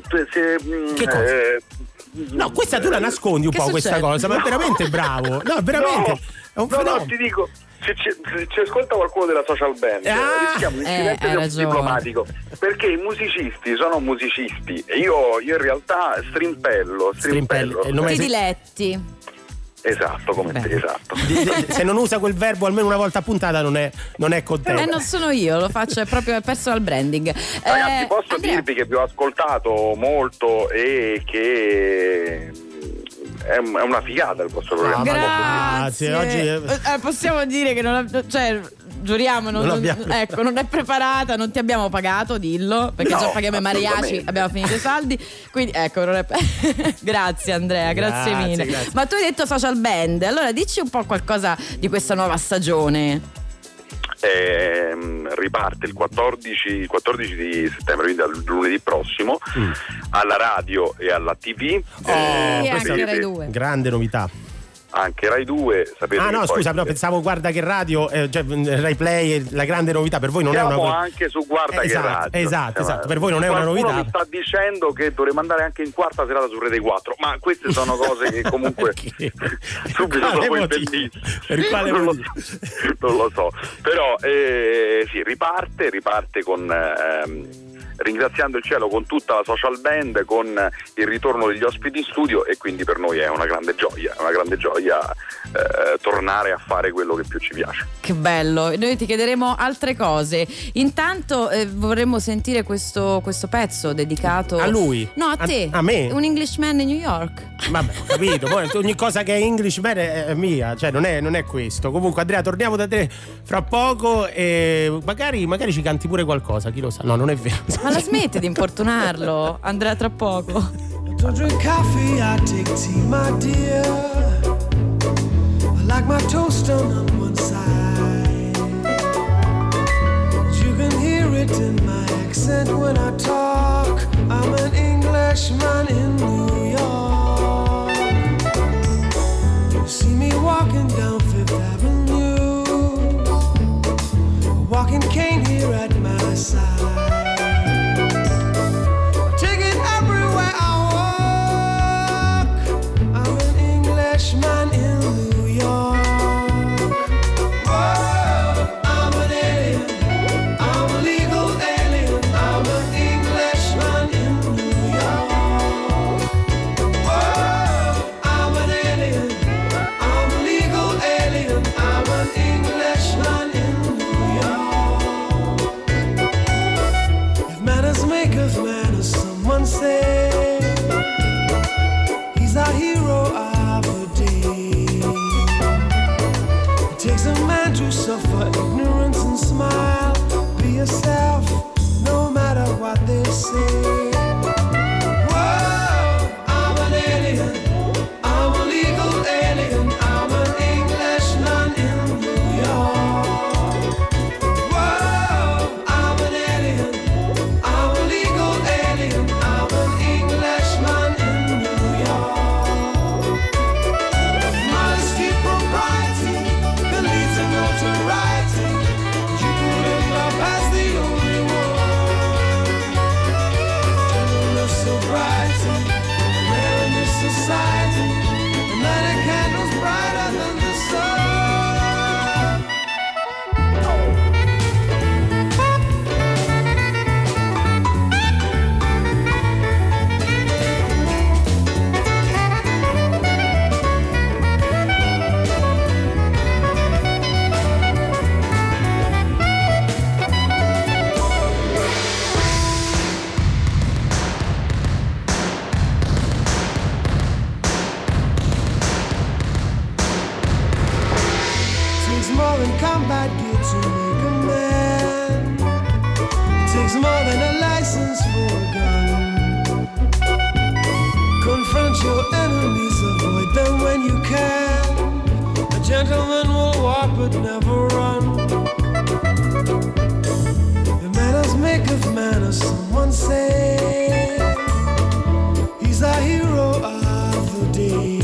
C: che cosa? No, questa tu la nascondi un po' questa cosa, ma è veramente bravo. No, veramente. È un fenomeno.
P: No, ti dico. Se ci ascolta qualcuno della social band rischiamo un incidente diplomatico, perché i musicisti sono musicisti e io in realtà strimpello.
B: Ti diletti.
P: Esatto, come te, esatto.
C: Se non usa quel verbo almeno una volta a puntata non è contento.
B: Non sono io, lo faccio, è proprio personal branding.
P: Ragazzi, posso dirvi che vi ho ascoltato molto e che è una figata il vostro programma.
B: Grazie.
C: Oggi
B: possiamo dire che giuriamo, non è preparata, non ti abbiamo pagato, dillo, perché già paghiamo i mariachi, abbiamo finito i saldi, quindi ecco, non è grazie Andrea, grazie mille. Grazie. Ma tu hai detto social band, allora dici un po' qualcosa di questa nuova stagione.
P: Riparte il 14 di settembre, quindi dal lunedì prossimo, alla radio e alla TV.
B: Anche Rai 2.
C: Grande novità.
P: Anche Rai 2, sapete.
C: Ah, no, scusa, no, pensavo Guarda che radio, cioè Rai Play, la grande novità per voi non
P: siamo
C: è una
P: anche su Guarda che radio.
C: Esatto, per voi non è una novità.
P: Mi sta dicendo che dovremmo andare anche in quarta serata su Rete 4, ma queste sono cose che comunque subito dopo il bellissimo.
C: Per quale
P: non lo so. Però sì, riparte con ringraziando il cielo con tutta la social band, con il ritorno degli ospiti in studio, e quindi per noi è una grande gioia tornare a fare quello che più ci piace.
B: Che bello, noi ti chiederemo altre cose. Intanto vorremmo sentire questo pezzo dedicato
C: a lui.
B: No, a te.
C: A me.
B: Un Englishman in New York.
C: Vabbè, ho capito. Poi ogni cosa che è Englishman è mia, cioè non è questo. Comunque Andrea, torniamo da te fra poco e magari ci canti pure qualcosa, chi lo sa. No, non è vero.
B: Ma la smette di importunarlo, andrà tra poco.
Q: Don't drink coffee, I take tea, my dear. I like my toast on one side. You can hear it in my accent when I talk. I'm an Englishman in New York. You see me walking down Fifth Avenue, a walking cane here at my side. Man in New York. Whoa, I'm an alien. I'm a legal alien. I'm an Englishman
M: Gentlemen will walk but never run. The manners maketh manners, someone say. He's a hero of the day.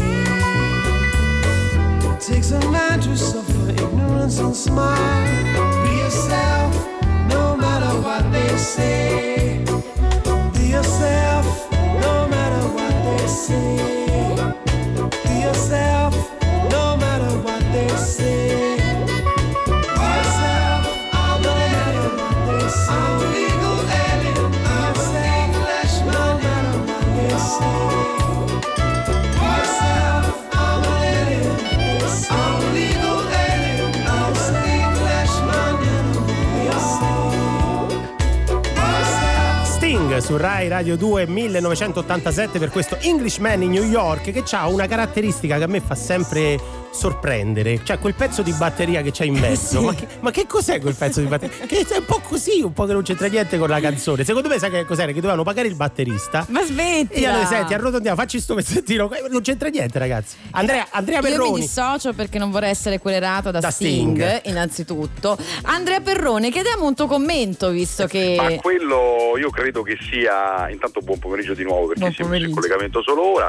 M: It takes a man to suffer ignorance and smile. Be yourself, no matter what they say. Be yourself, no matter what they say. Be yourself, no matter what they say. Be yourself, no matter what they say. I'm a legal alien, I'm an Englishman, no matter what they say. Be yourself, I'm an alien, I'm a legal alien, I'm an Englishman, no matter what they say.
C: Sting su Rai Radio 2 1987 per questo Englishman in New York, che ha una caratteristica che a me fa sempre sorprendere, cioè quel pezzo di batteria che c'è in mezzo.
B: Sì.
C: Ma che cos'è quel pezzo di batteria? Che è un po' così, un po' che non c'entra niente con la canzone. Secondo me sai che cos'era? Che dovevano pagare il batterista.
B: Ma smetti!
C: E allora senti, arrotondiamo, facci sto pezzettino. Non c'entra niente, ragazzi. Andrea Perroni.
B: Io mi dissocio perché non vorrei essere quererato da Sting, innanzitutto. Andrea Perrone, chiediamo un tuo commento, visto che...
P: Ma quello io credo che sia, intanto buon pomeriggio di nuovo, perché siamo in collegamento solo ora.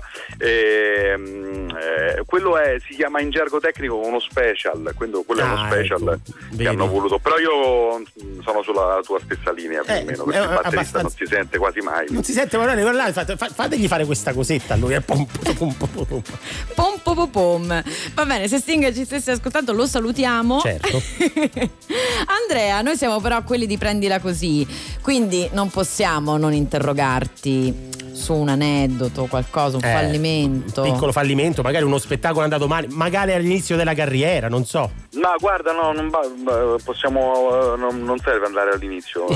P: Quello si chiama in gergo tecnico uno special, quello è uno special che hanno voluto, però io sono sulla tua stessa linea più o meno, perché il batterista non si sente quasi mai.
C: Non si sente, ma guardate, fategli fare questa cosetta a lui, pom pom pom pom
B: pom pom. Va bene, se Sting ci stesse ascoltando lo salutiamo.
C: Certo.
B: Andrea, noi siamo però quelli di prendila così, quindi non possiamo non interrogarti su un aneddoto, qualcosa, un fallimento.
C: Un piccolo fallimento, magari uno spettacolo è andato male, magari all'inizio della carriera, non so.
P: No, guarda, no, non possiamo, non serve andare all'inizio.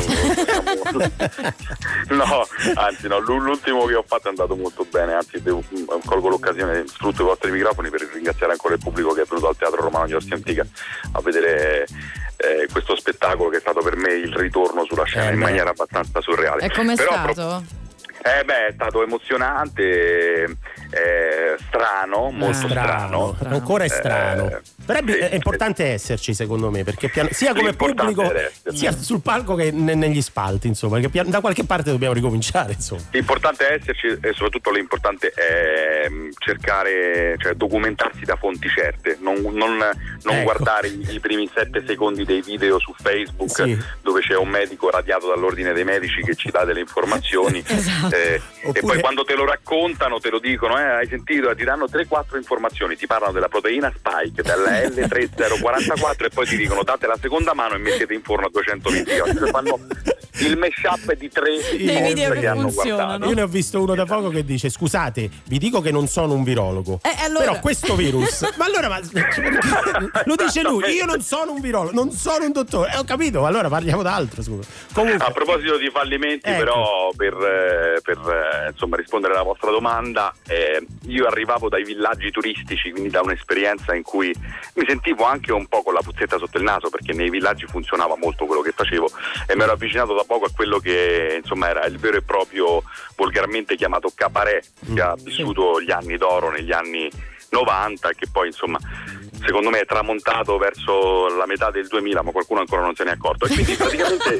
P: No, anzi no, l'ultimo che ho fatto è andato molto bene, anzi colgo l'occasione, sfrutto i vostri microfoni per ringraziare ancora il pubblico che è venuto al Teatro Romano di Ostia Antica a vedere questo spettacolo, che è stato per me il ritorno sulla scena in maniera abbastanza surreale.
B: E com'è stato?
P: È stato emozionante, strano, molto strano.
C: Ancora è strano. Però è importante esserci, secondo me, perché sia come pubblico sia sul palco che negli spalti, insomma, perché da qualche parte dobbiamo ricominciare, insomma.
P: L'importante è esserci, e soprattutto l'importante è cercare, cioè documentarsi da fonti certe, non guardare i primi 7 secondi dei video su Facebook dove c'è un medico radiato dall'ordine dei medici che ci dà delle informazioni.
B: Esatto.
P: E poi quando te lo raccontano te lo dicono, hai sentito, ti danno 3-4 informazioni, ti parlano della proteina spike, della L3044 e poi ti dicono date la seconda mano e mettete in forno a 220 gradi. Cioè fanno il mashup di 3
B: video
P: che hanno guardato.
C: Io ne ho visto uno da poco che dice: scusate, vi dico che non sono un virologo,
B: allora...
C: però questo virus ma allora lo dice lui, io non sono un virologo, non sono un dottore, ho capito, allora parliamo d'altro. Comunque,
P: a proposito di fallimenti, però per insomma rispondere alla vostra domanda, io arrivavo dai villaggi turistici, quindi da un'esperienza in cui mi sentivo anche un po' con la puzzetta sotto il naso, perché nei villaggi funzionava molto quello che facevo e mi ero avvicinato da poco a quello che insomma era il vero e proprio, volgarmente chiamato cabaret, che ha vissuto gli anni d'oro negli anni 90 e che poi insomma secondo me è tramontato verso la metà del 2000, ma qualcuno ancora non se ne è accorto, e quindi praticamente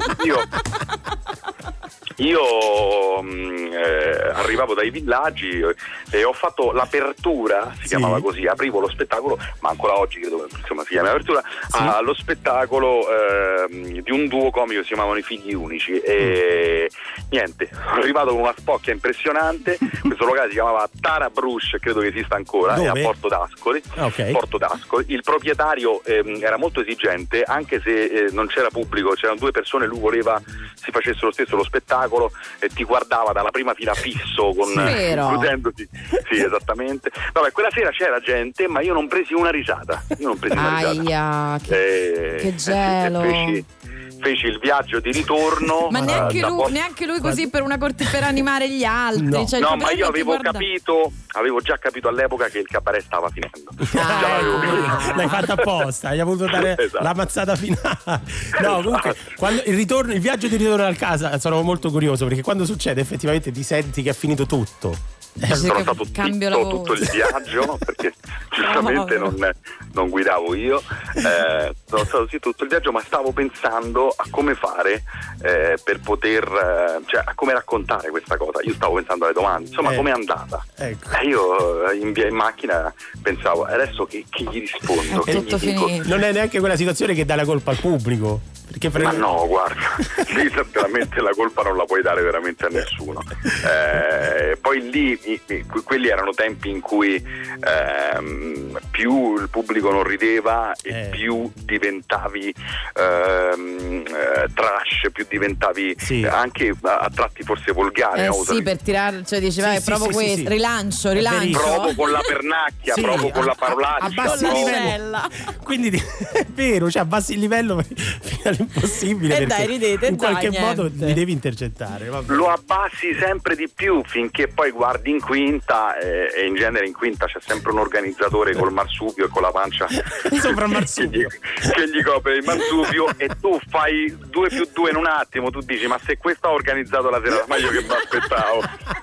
P: io arrivavo dai villaggi e ho fatto l'apertura, si chiamava così, aprivo lo spettacolo, ma ancora oggi credo insomma si chiama apertura, allo spettacolo di un duo comico che si chiamavano I Figli Unici, e niente, sono arrivato con una spocchia impressionante. Questo locale si chiamava Tara Brush, credo che esista ancora. Dove? È a Porto d'Ascoli. Porto D'Ascoli. Il proprietario era molto esigente, anche se non c'era pubblico, c'erano 2 persone, lui voleva si facesse lo stesso lo spettacolo e ti guardava dalla prima fila fisso con includendoti. Sì, esattamente. Vabbè, quella sera c'era gente, ma io non presi una risata.
B: Aia, che gelo.
P: Feci il viaggio di ritorno.
B: Ma neanche lui così per animare gli altri.
P: No,
B: cioè,
P: no, ma io avevo già capito all'epoca che il cabaret stava finendo.
C: L'hai fatta apposta, gli ha voluto dare la mazzata finale. No, comunque quando il viaggio di ritorno a casa sono molto curioso, perché quando succede effettivamente ti senti che è finito tutto.
P: sono stato zitto tutto il viaggio perché giustamente non guidavo io, sono stato zitto tutto il viaggio, ma stavo pensando a come fare per poter, cioè a come raccontare questa cosa. Io stavo pensando alle domande, insomma, com'è andata?
C: Ecco.
P: Io in macchina pensavo, adesso che gli rispondo? Che gli dico?
C: Non è neanche quella situazione che dà la colpa al pubblico.
P: Ma no, guarda, lì veramente la colpa non la puoi dare veramente a nessuno. Poi lì quelli erano tempi in cui più il pubblico non rideva e più diventavi trash, più diventavi anche a tratti forse volgare.
B: Sì, per tirare, cioè diceva proprio questo, rilancio.
P: Provo con la pernacchia, provo con la parolaccia.
C: Abbassi il livello. Quindi è vero, cioè abbassi il livello fino all'impossibile.
B: E dai, ridete,
C: in qualche
B: dai,
C: modo li devi intercettare. Vabbè.
P: Lo abbassi sempre di più finché poi guardi in quinta e in genere in quinta c'è sempre un organizzatore col marsupio e con la pancia
C: sopra il marsupio
P: che gli copre il marsupio e tu fai 2 più 2 in un attimo, tu dici ma se questo ha organizzato la serata, ma io che mi aspettavo.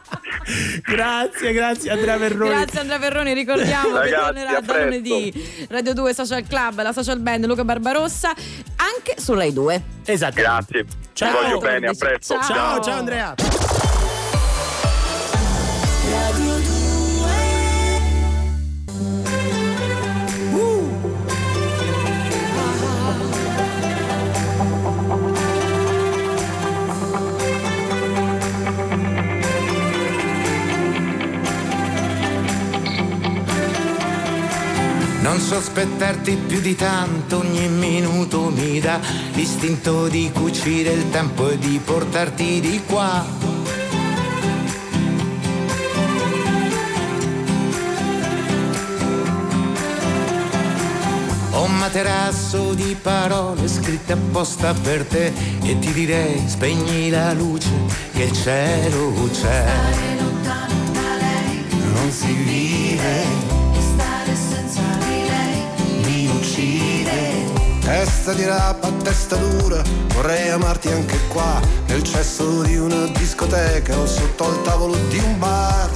C: Grazie Andrea Perroni.
B: Grazie Andrea Perroni, ricordiamo che tornerà da lunedì Radio 2 Social Club, la social band Luca Barbarossa, anche su Rai 2.
C: Esatto.
P: Grazie.
C: Ciao.
P: Ti voglio bene, a presto.
C: Ciao Andrea.
D: Radio 2.
S: Non sospettarti più di tanto, ogni minuto mi dà l'istinto di cucire il tempo e di portarti di qua. Ho un materasso di parole scritte apposta per te e ti direi spegni la luce che il cielo c'è.
D: Stare lontano da lei
S: Non si vive,
D: e stare senza di lei
S: mi uccide.
T: Testa di rapa, testa dura, vorrei amarti anche qua, nel cesso di una discoteca o sotto al tavolo di un bar.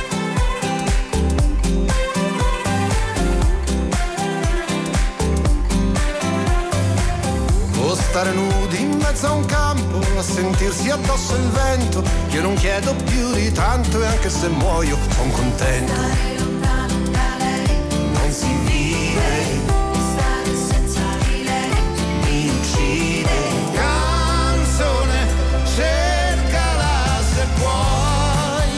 T: O stare nudi in mezzo a un campo, a sentirsi addosso il vento. Io non chiedo più di tanto e anche se muoio son contento.
D: Stare lontano da lei
T: Non si vive,
D: e stare senza di lei
T: mi uccide. Canzone, cercala se puoi.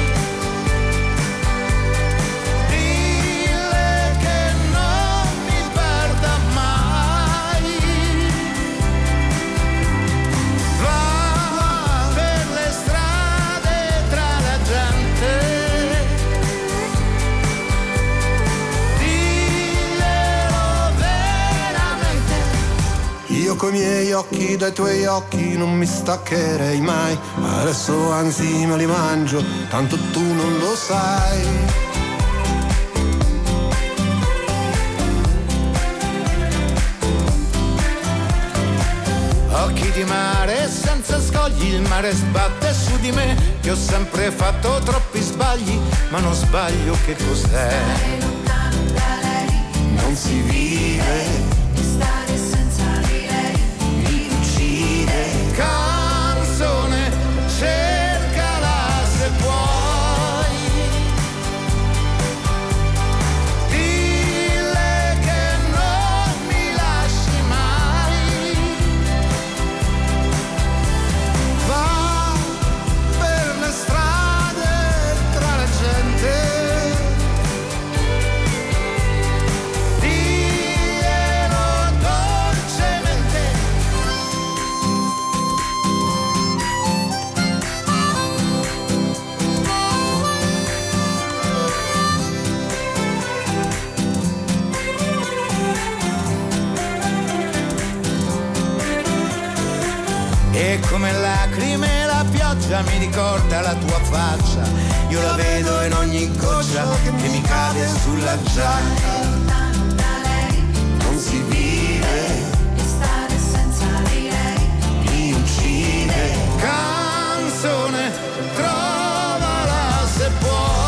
T: Dille che non mi perda mai. Va per le strade tra la gente. Diglielo veramente. Io coi miei occhi dai tuoi occhi non mi staccherei mai. Adesso anzi me li mangio, tanto tu non lo sai.
S: Occhi di mare senza scogli, il mare sbatte su di me, che ho sempre fatto troppi sbagli, ma non sbaglio che cos'è.
D: Stare lontano da lei
T: Non si vive,
D: e stare senza di lei
T: mi uccide. Canzone, cercala se puoi. Dille che non mi lasci mai. Va per le strade tra la gente. Diglielo dolcemente.
S: E come lacrime la pioggia mi ricorda la tua faccia, io la vedo in ogni goccia che mi cade sulla giacca.
D: lontano da lei
T: Non si vive,
D: e stare senza di lei
T: mi uccide. Canzone, trovala se puoi.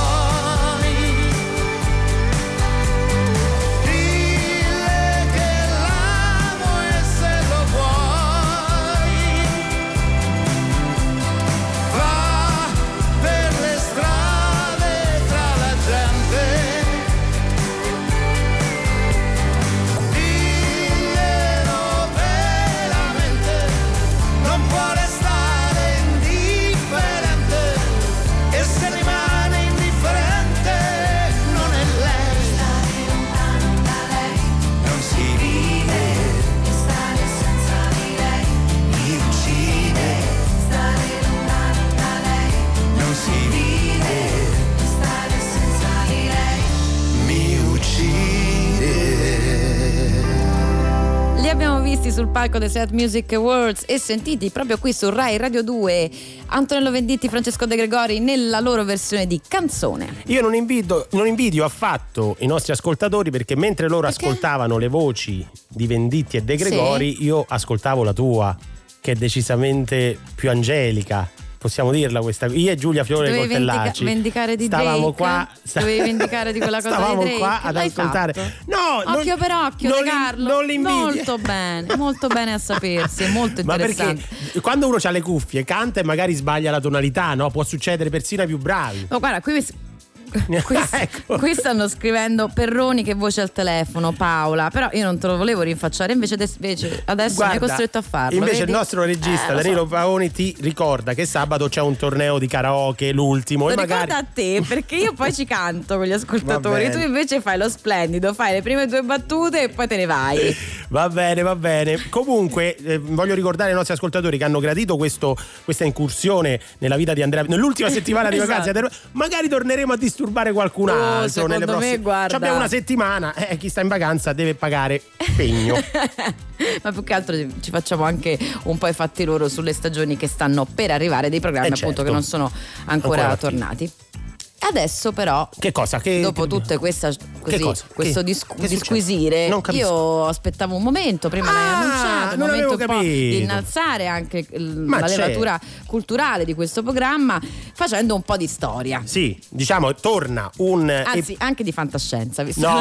B: visti sul palco dei Set Music Awards e sentiti proprio qui su Rai Radio 2, Antonello Venditti, Francesco De Gregori nella loro versione di canzone.
C: Io non invidio affatto i nostri ascoltatori, perché mentre loro ascoltavano le voci di Venditti e De Gregori, io ascoltavo la tua, che è decisamente più angelica. Possiamo dirla questa? Io e Giulia Fiore Coltellacci
B: vendicare di
C: stavamo
B: Drake?
C: qua.
B: Dovevi vendicare di quella cosa
C: stavamo
B: di Drake?
C: qua ad
B: L'hai
C: ascoltare.
B: fatto?
C: No,
B: occhio per occhio,
C: non
B: De Carlo.
C: non li invidia.
B: Molto bene a sapersi, è molto
C: Ma
B: interessante.
C: perché quando uno ha le cuffie canta e magari sbaglia la tonalità, no? Può succedere persino ai più bravi.
B: Ma guarda, qui stanno scrivendo Perroni che voce al telefono, Paola, però io non te lo volevo rinfacciare, invece adesso mi hai costretto a farlo.
C: Invece
B: vedi?
C: il nostro regista Danilo Paoni ti ricorda che sabato c'è un torneo di karaoke, l'ultimo,
B: Lo
C: e magari
B: ricorda a te, perché io poi ci canto con gli ascoltatori,
C: Va bene.
B: tu invece fai lo splendido, fai le prime 2 battute e poi te ne vai.
C: Va bene. Comunque voglio ricordare ai nostri ascoltatori che hanno gradito questa incursione nella vita di Andrea nell'ultima settimana di vacanze. Magari torneremo a disturbare qualcun altro nelle prossime.
B: Me, guarda.
C: Abbiamo una settimana, chi sta in vacanza deve pagare pegno.
B: Ma più che altro ci facciamo anche un po' i fatti loro sulle stagioni che stanno per arrivare, dei programmi appunto
C: certo.
B: che non sono ancora tornati. Adesso però,
C: che cosa?
B: Dopo tutte questo disquisire, io aspettavo un momento, prima l'hai annunciato, il momento un po' di innalzare anche la levatura culturale di questo programma, facendo un po' di storia.
C: Sì, diciamo, torna
B: anzi anche di fantascienza.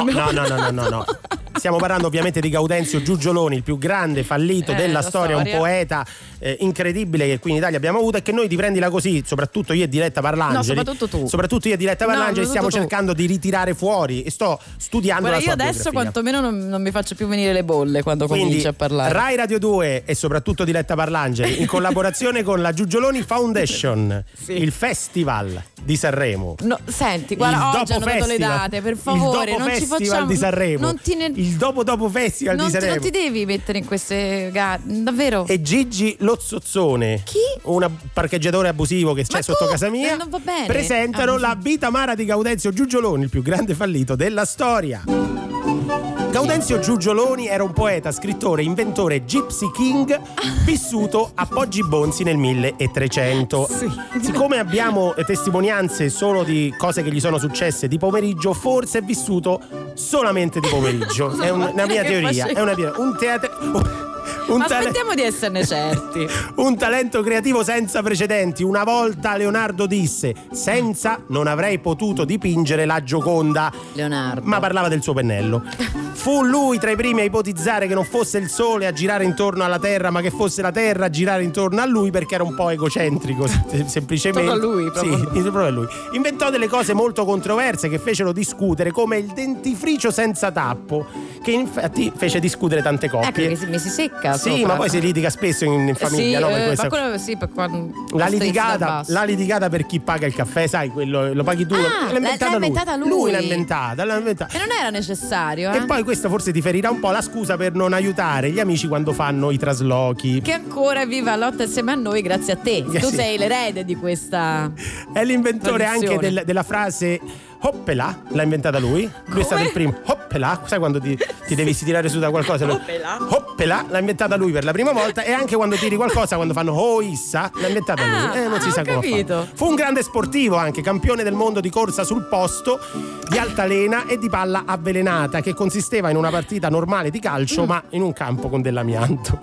C: No. Stiamo parlando ovviamente di Gaudenzio Giugioloni, il più grande fallito della storia, un poeta incredibile che qui in Italia abbiamo avuto e che noi, di prendila così, soprattutto io e Diletta Parlangeli,
B: soprattutto
C: io e Diletta Parlangeli stiamo cercando di ritirare fuori e sto studiando la sua
B: io adesso
C: biografia.
B: quantomeno non mi faccio più venire le bolle quando cominci a parlare.
C: Rai Radio 2 e soprattutto Diletta Parlangeli in collaborazione con la Giugioloni Foundation, il Festival di Sanremo.
B: No, senti, guarda, oggi hanno dato le date, per favore,
C: il dopo
B: non ci
C: Festival
B: facciamo
C: di Sanremo.
B: il
C: dopo Festival di Sanremo.
B: Non ti devi mettere in queste gare, davvero.
C: E Gigi Lozzozzone,
B: chi?
C: Un parcheggiatore abusivo che c'è sotto casa mia,
B: non va bene.
C: presentano La vita amara di Gaudenzio Giugioloni, il più grande fallito della storia. Gaudenzio Giugioloni era un poeta, scrittore, inventore Gypsy King vissuto a Poggi Bonzi nel 1300. Siccome abbiamo testimonianze solo di cose che gli sono successe di pomeriggio, forse è vissuto solamente di pomeriggio. È una mia teoria. È una teoria.
B: Aspettiamo di esserne certi.
C: Un talento creativo senza precedenti. Una volta Leonardo disse: senza non avrei potuto dipingere la Gioconda.
B: Leonardo.
C: Ma parlava del suo pennello. Fu lui tra i primi a ipotizzare che non fosse il sole a girare intorno alla terra, ma che fosse la terra a girare intorno a lui, perché era un po' egocentrico, semplicemente.
B: Proprio
C: lui. Inventò delle cose molto controverse che fecero discutere, come il dentifricio senza tappo, che infatti fece discutere tante coppie.
B: Ecco che mi si secca.
C: Sì, sopra. Ma poi si litiga spesso in famiglia, no? Per
B: ma quello sì, per quando
C: la litigata per chi paga il caffè, sai, quello lo paghi tu.
B: L'ha inventata lui.
C: Lui l'ha inventata.
B: E non era necessario,
C: E poi questo forse ti ferirà un po' la scusa per non aiutare gli amici quando fanno i traslochi.
B: Che ancora vive a lotta insieme a noi grazie a te. Tu sei l'erede di questa.
C: È l'inventore
B: tradizione.
C: anche della frase hoppela, l'ha inventata lui. Lui è stato il primo. Hoppela, sai quando ti devi tirare su da qualcosa? Hoppela, l'ha inventata lui per la prima volta. E anche quando tiri qualcosa, quando fanno issa, l'ha inventata lui. Non si sa come fa. Fu un grande sportivo, anche campione del mondo di corsa sul posto, di altalena e di palla avvelenata, che consisteva in una partita normale di calcio, ma in un campo con dell'amianto.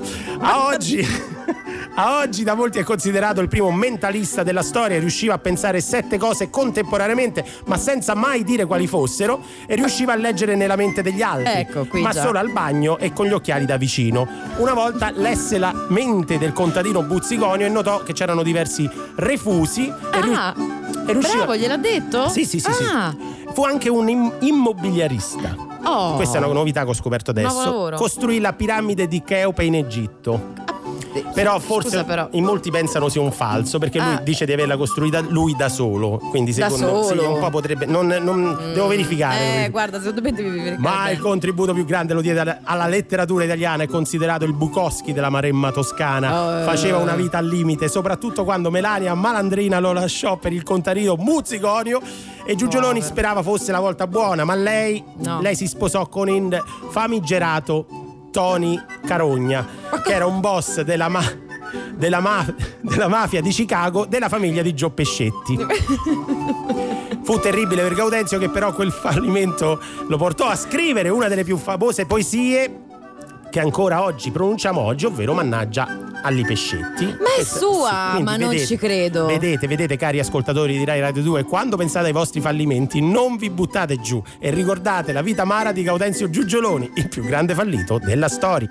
C: A oggi da molti è considerato il primo mentalista della storia. Riusciva a pensare 7 cose contemporaneamente, ma senza mai dire quali fossero, e riusciva a leggere nella mente degli altri, ma solo al bagno e con gli occhiali da vicino. Una volta lesse la mente del contadino Buzzigonio e notò che c'erano diversi refusi e riusciva...
B: Bravo, gliel'ha detto?
C: Sì. Fu anche un immobiliarista. Questa è una novità che ho scoperto adesso. Costruì la piramide di Cheope in Egitto. Però forse in molti pensano sia un falso, perché lui dice di averla costruita lui da solo. Quindi secondo me un po' potrebbe. Non devo verificare.
B: Guarda, secondo me devi verificare.
C: Ma il contributo più grande lo diede alla letteratura italiana. È considerato il Bukowski della Maremma toscana. Faceva una vita al limite, soprattutto quando Melania Malandrina lo lasciò per il contadino Buzzigonio. E Giugioloni sperava fosse la volta buona, ma lei si sposò con il famigerato Tony Carogna, che era un boss della mafia di Chicago della famiglia di Gio Pescetti. Fu terribile per Gaudenzio, che però quel fallimento lo portò a scrivere una delle più famose poesie che ancora oggi pronunciamo oggi, ovvero Mannaggia agli Pescetti.
B: Ma è sua,
C: sì,
B: ma
C: vedete,
B: non ci credo.
C: Vedete cari ascoltatori di Rai Radio 2, quando pensate ai vostri fallimenti non vi buttate giù e ricordate la vita amara di Gaudenzio Giugioloni, il più grande fallito della storia.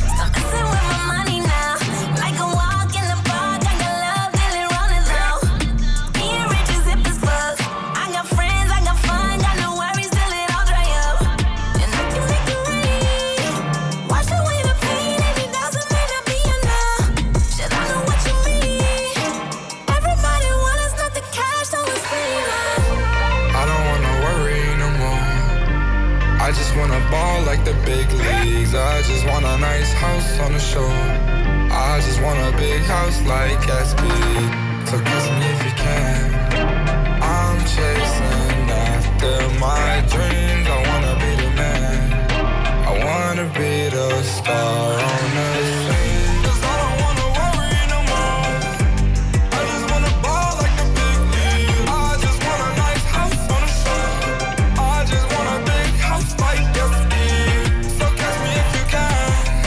U: I just wanna ball like the big leagues. I just want a nice house on the shore. I just want a big house like Gatsby. So kiss me if you can. I'm chasing after my dreams. I wanna be the man. I wanna be the star on the scene. 'Cause I don't wanna worry no more. I just wanna ball like the big leagues. I just want a nice house on the shore. I just want a big house like Gatsby. So catch me if you can.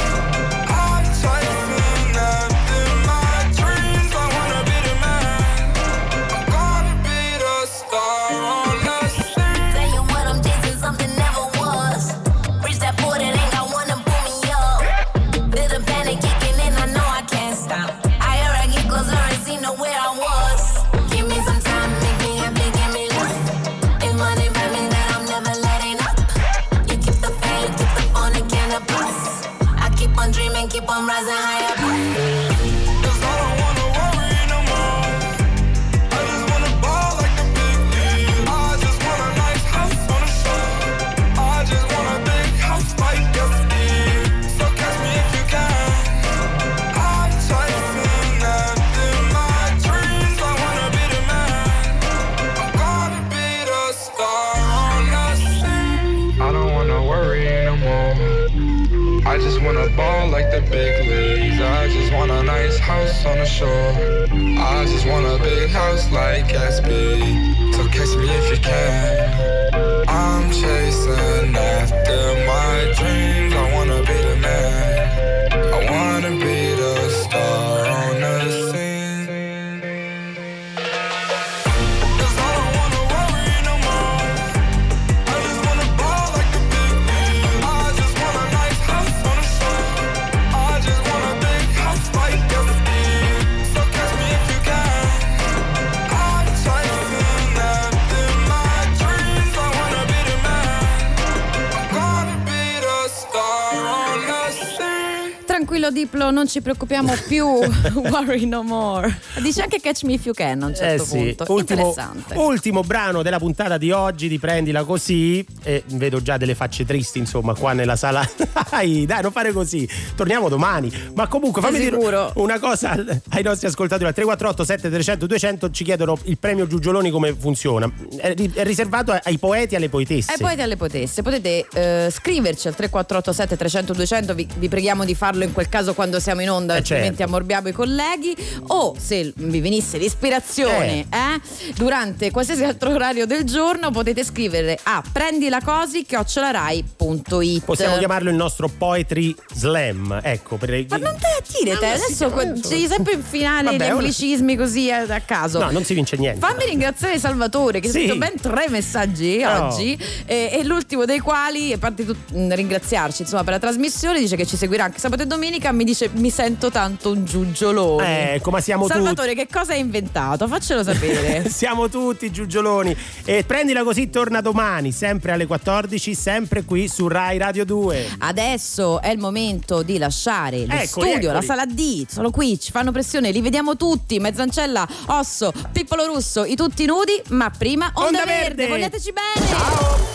U: I'm chasing after my dreams. I wanna be the man. I'm gonna be the star on the scene.
N: Tell you what, I'm chasing something never was. Reach that point and ain't got one to pull me up. Feel the panic kicking in, I know I can't stop. I heard I get closer and see know where I was. Give me some time, make me happy, give me love. It's money by me that I'm never letting up. You keep the fame, keep the phone and cannabis. I keep on dreaming, keep on rising higher.
U: 'Cause I don't wanna worry no more. I just wanna ball like the big leagues. I just want a nice house on the shore. I just want a big house like Gatsby. So catch me if you can. I'm chasing after my dreams. I wanna be the man. I'm gonna be the star on the scene. I don't wanna worry no more. I just wanna ball like the big leagues. I just want a nice house on the shore. I just want a big house like Gatsby. So kiss me if you can. I'm chasing after my dreams. I wanna be the man. I wanna be the star on the scene. 'Cause I don't wanna worry no more. I just wanna ball like the big leagues. I just want a nice house on the shore. I just want a big house like Gatsby. So catch me if you can. I'm chasing after my dreams. I wanna be the man. I'm gonna be the star on the scene.
B: Tranquillo Diplo, non ci preoccupiamo più. Worry no more. Dice anche Catch Me If You Can a un certo punto. Interessante.
C: Ultimo brano della puntata di oggi di Prendila Così. Vedo già delle facce tristi, insomma, qua nella sala. Dai, non fare così. Torniamo domani. Ma comunque fammi dire una cosa ai nostri ascoltatori. Al 348 7300 200 ci chiedono il premio Giugioloni come funziona. È riservato ai poeti e alle poetesse.
B: Ai poeti e alle poetesse. Potete scriverci al 348 7300 200. Vi preghiamo di farlo in quel caso quando siamo in onda, altrimenti
C: certo.
B: ammorbiamo i colleghi. O se vi venisse l'ispirazione durante qualsiasi altro orario del giorno, potete scrivere a prendilacosi@rai.it.
C: Possiamo chiamarlo il nostro Poetry Slam. Ecco,
B: ma non te attire te, adesso c'è sempre in finale gli anglicismi così a caso.
C: No, non si vince niente.
B: Fammi ringraziare Salvatore che ha scritto ben 3 messaggi oggi e l'ultimo dei quali, a parte ringraziarci insomma per la trasmissione, dice che ci seguirà anche sabato e domenica. Mi dice mi sento tanto un giugiolone.
C: Ecco, ma siamo
B: Salvatore,
C: tutti.
B: che cosa hai inventato? Faccelo sapere.
C: Siamo tutti giugioloni. E Prendila Così torna domani, sempre alle 14, sempre qui su Rai Radio 2.
B: Adesso è il momento di lasciare lo studio,
C: eccoli.
B: la sala D. Sono qui, ci fanno pressione, li vediamo tutti. Mezzancella, Osso, Pippolo Russo, i tutti nudi. Ma prima Onda Verde. Vogliateci bene.
C: Ciao.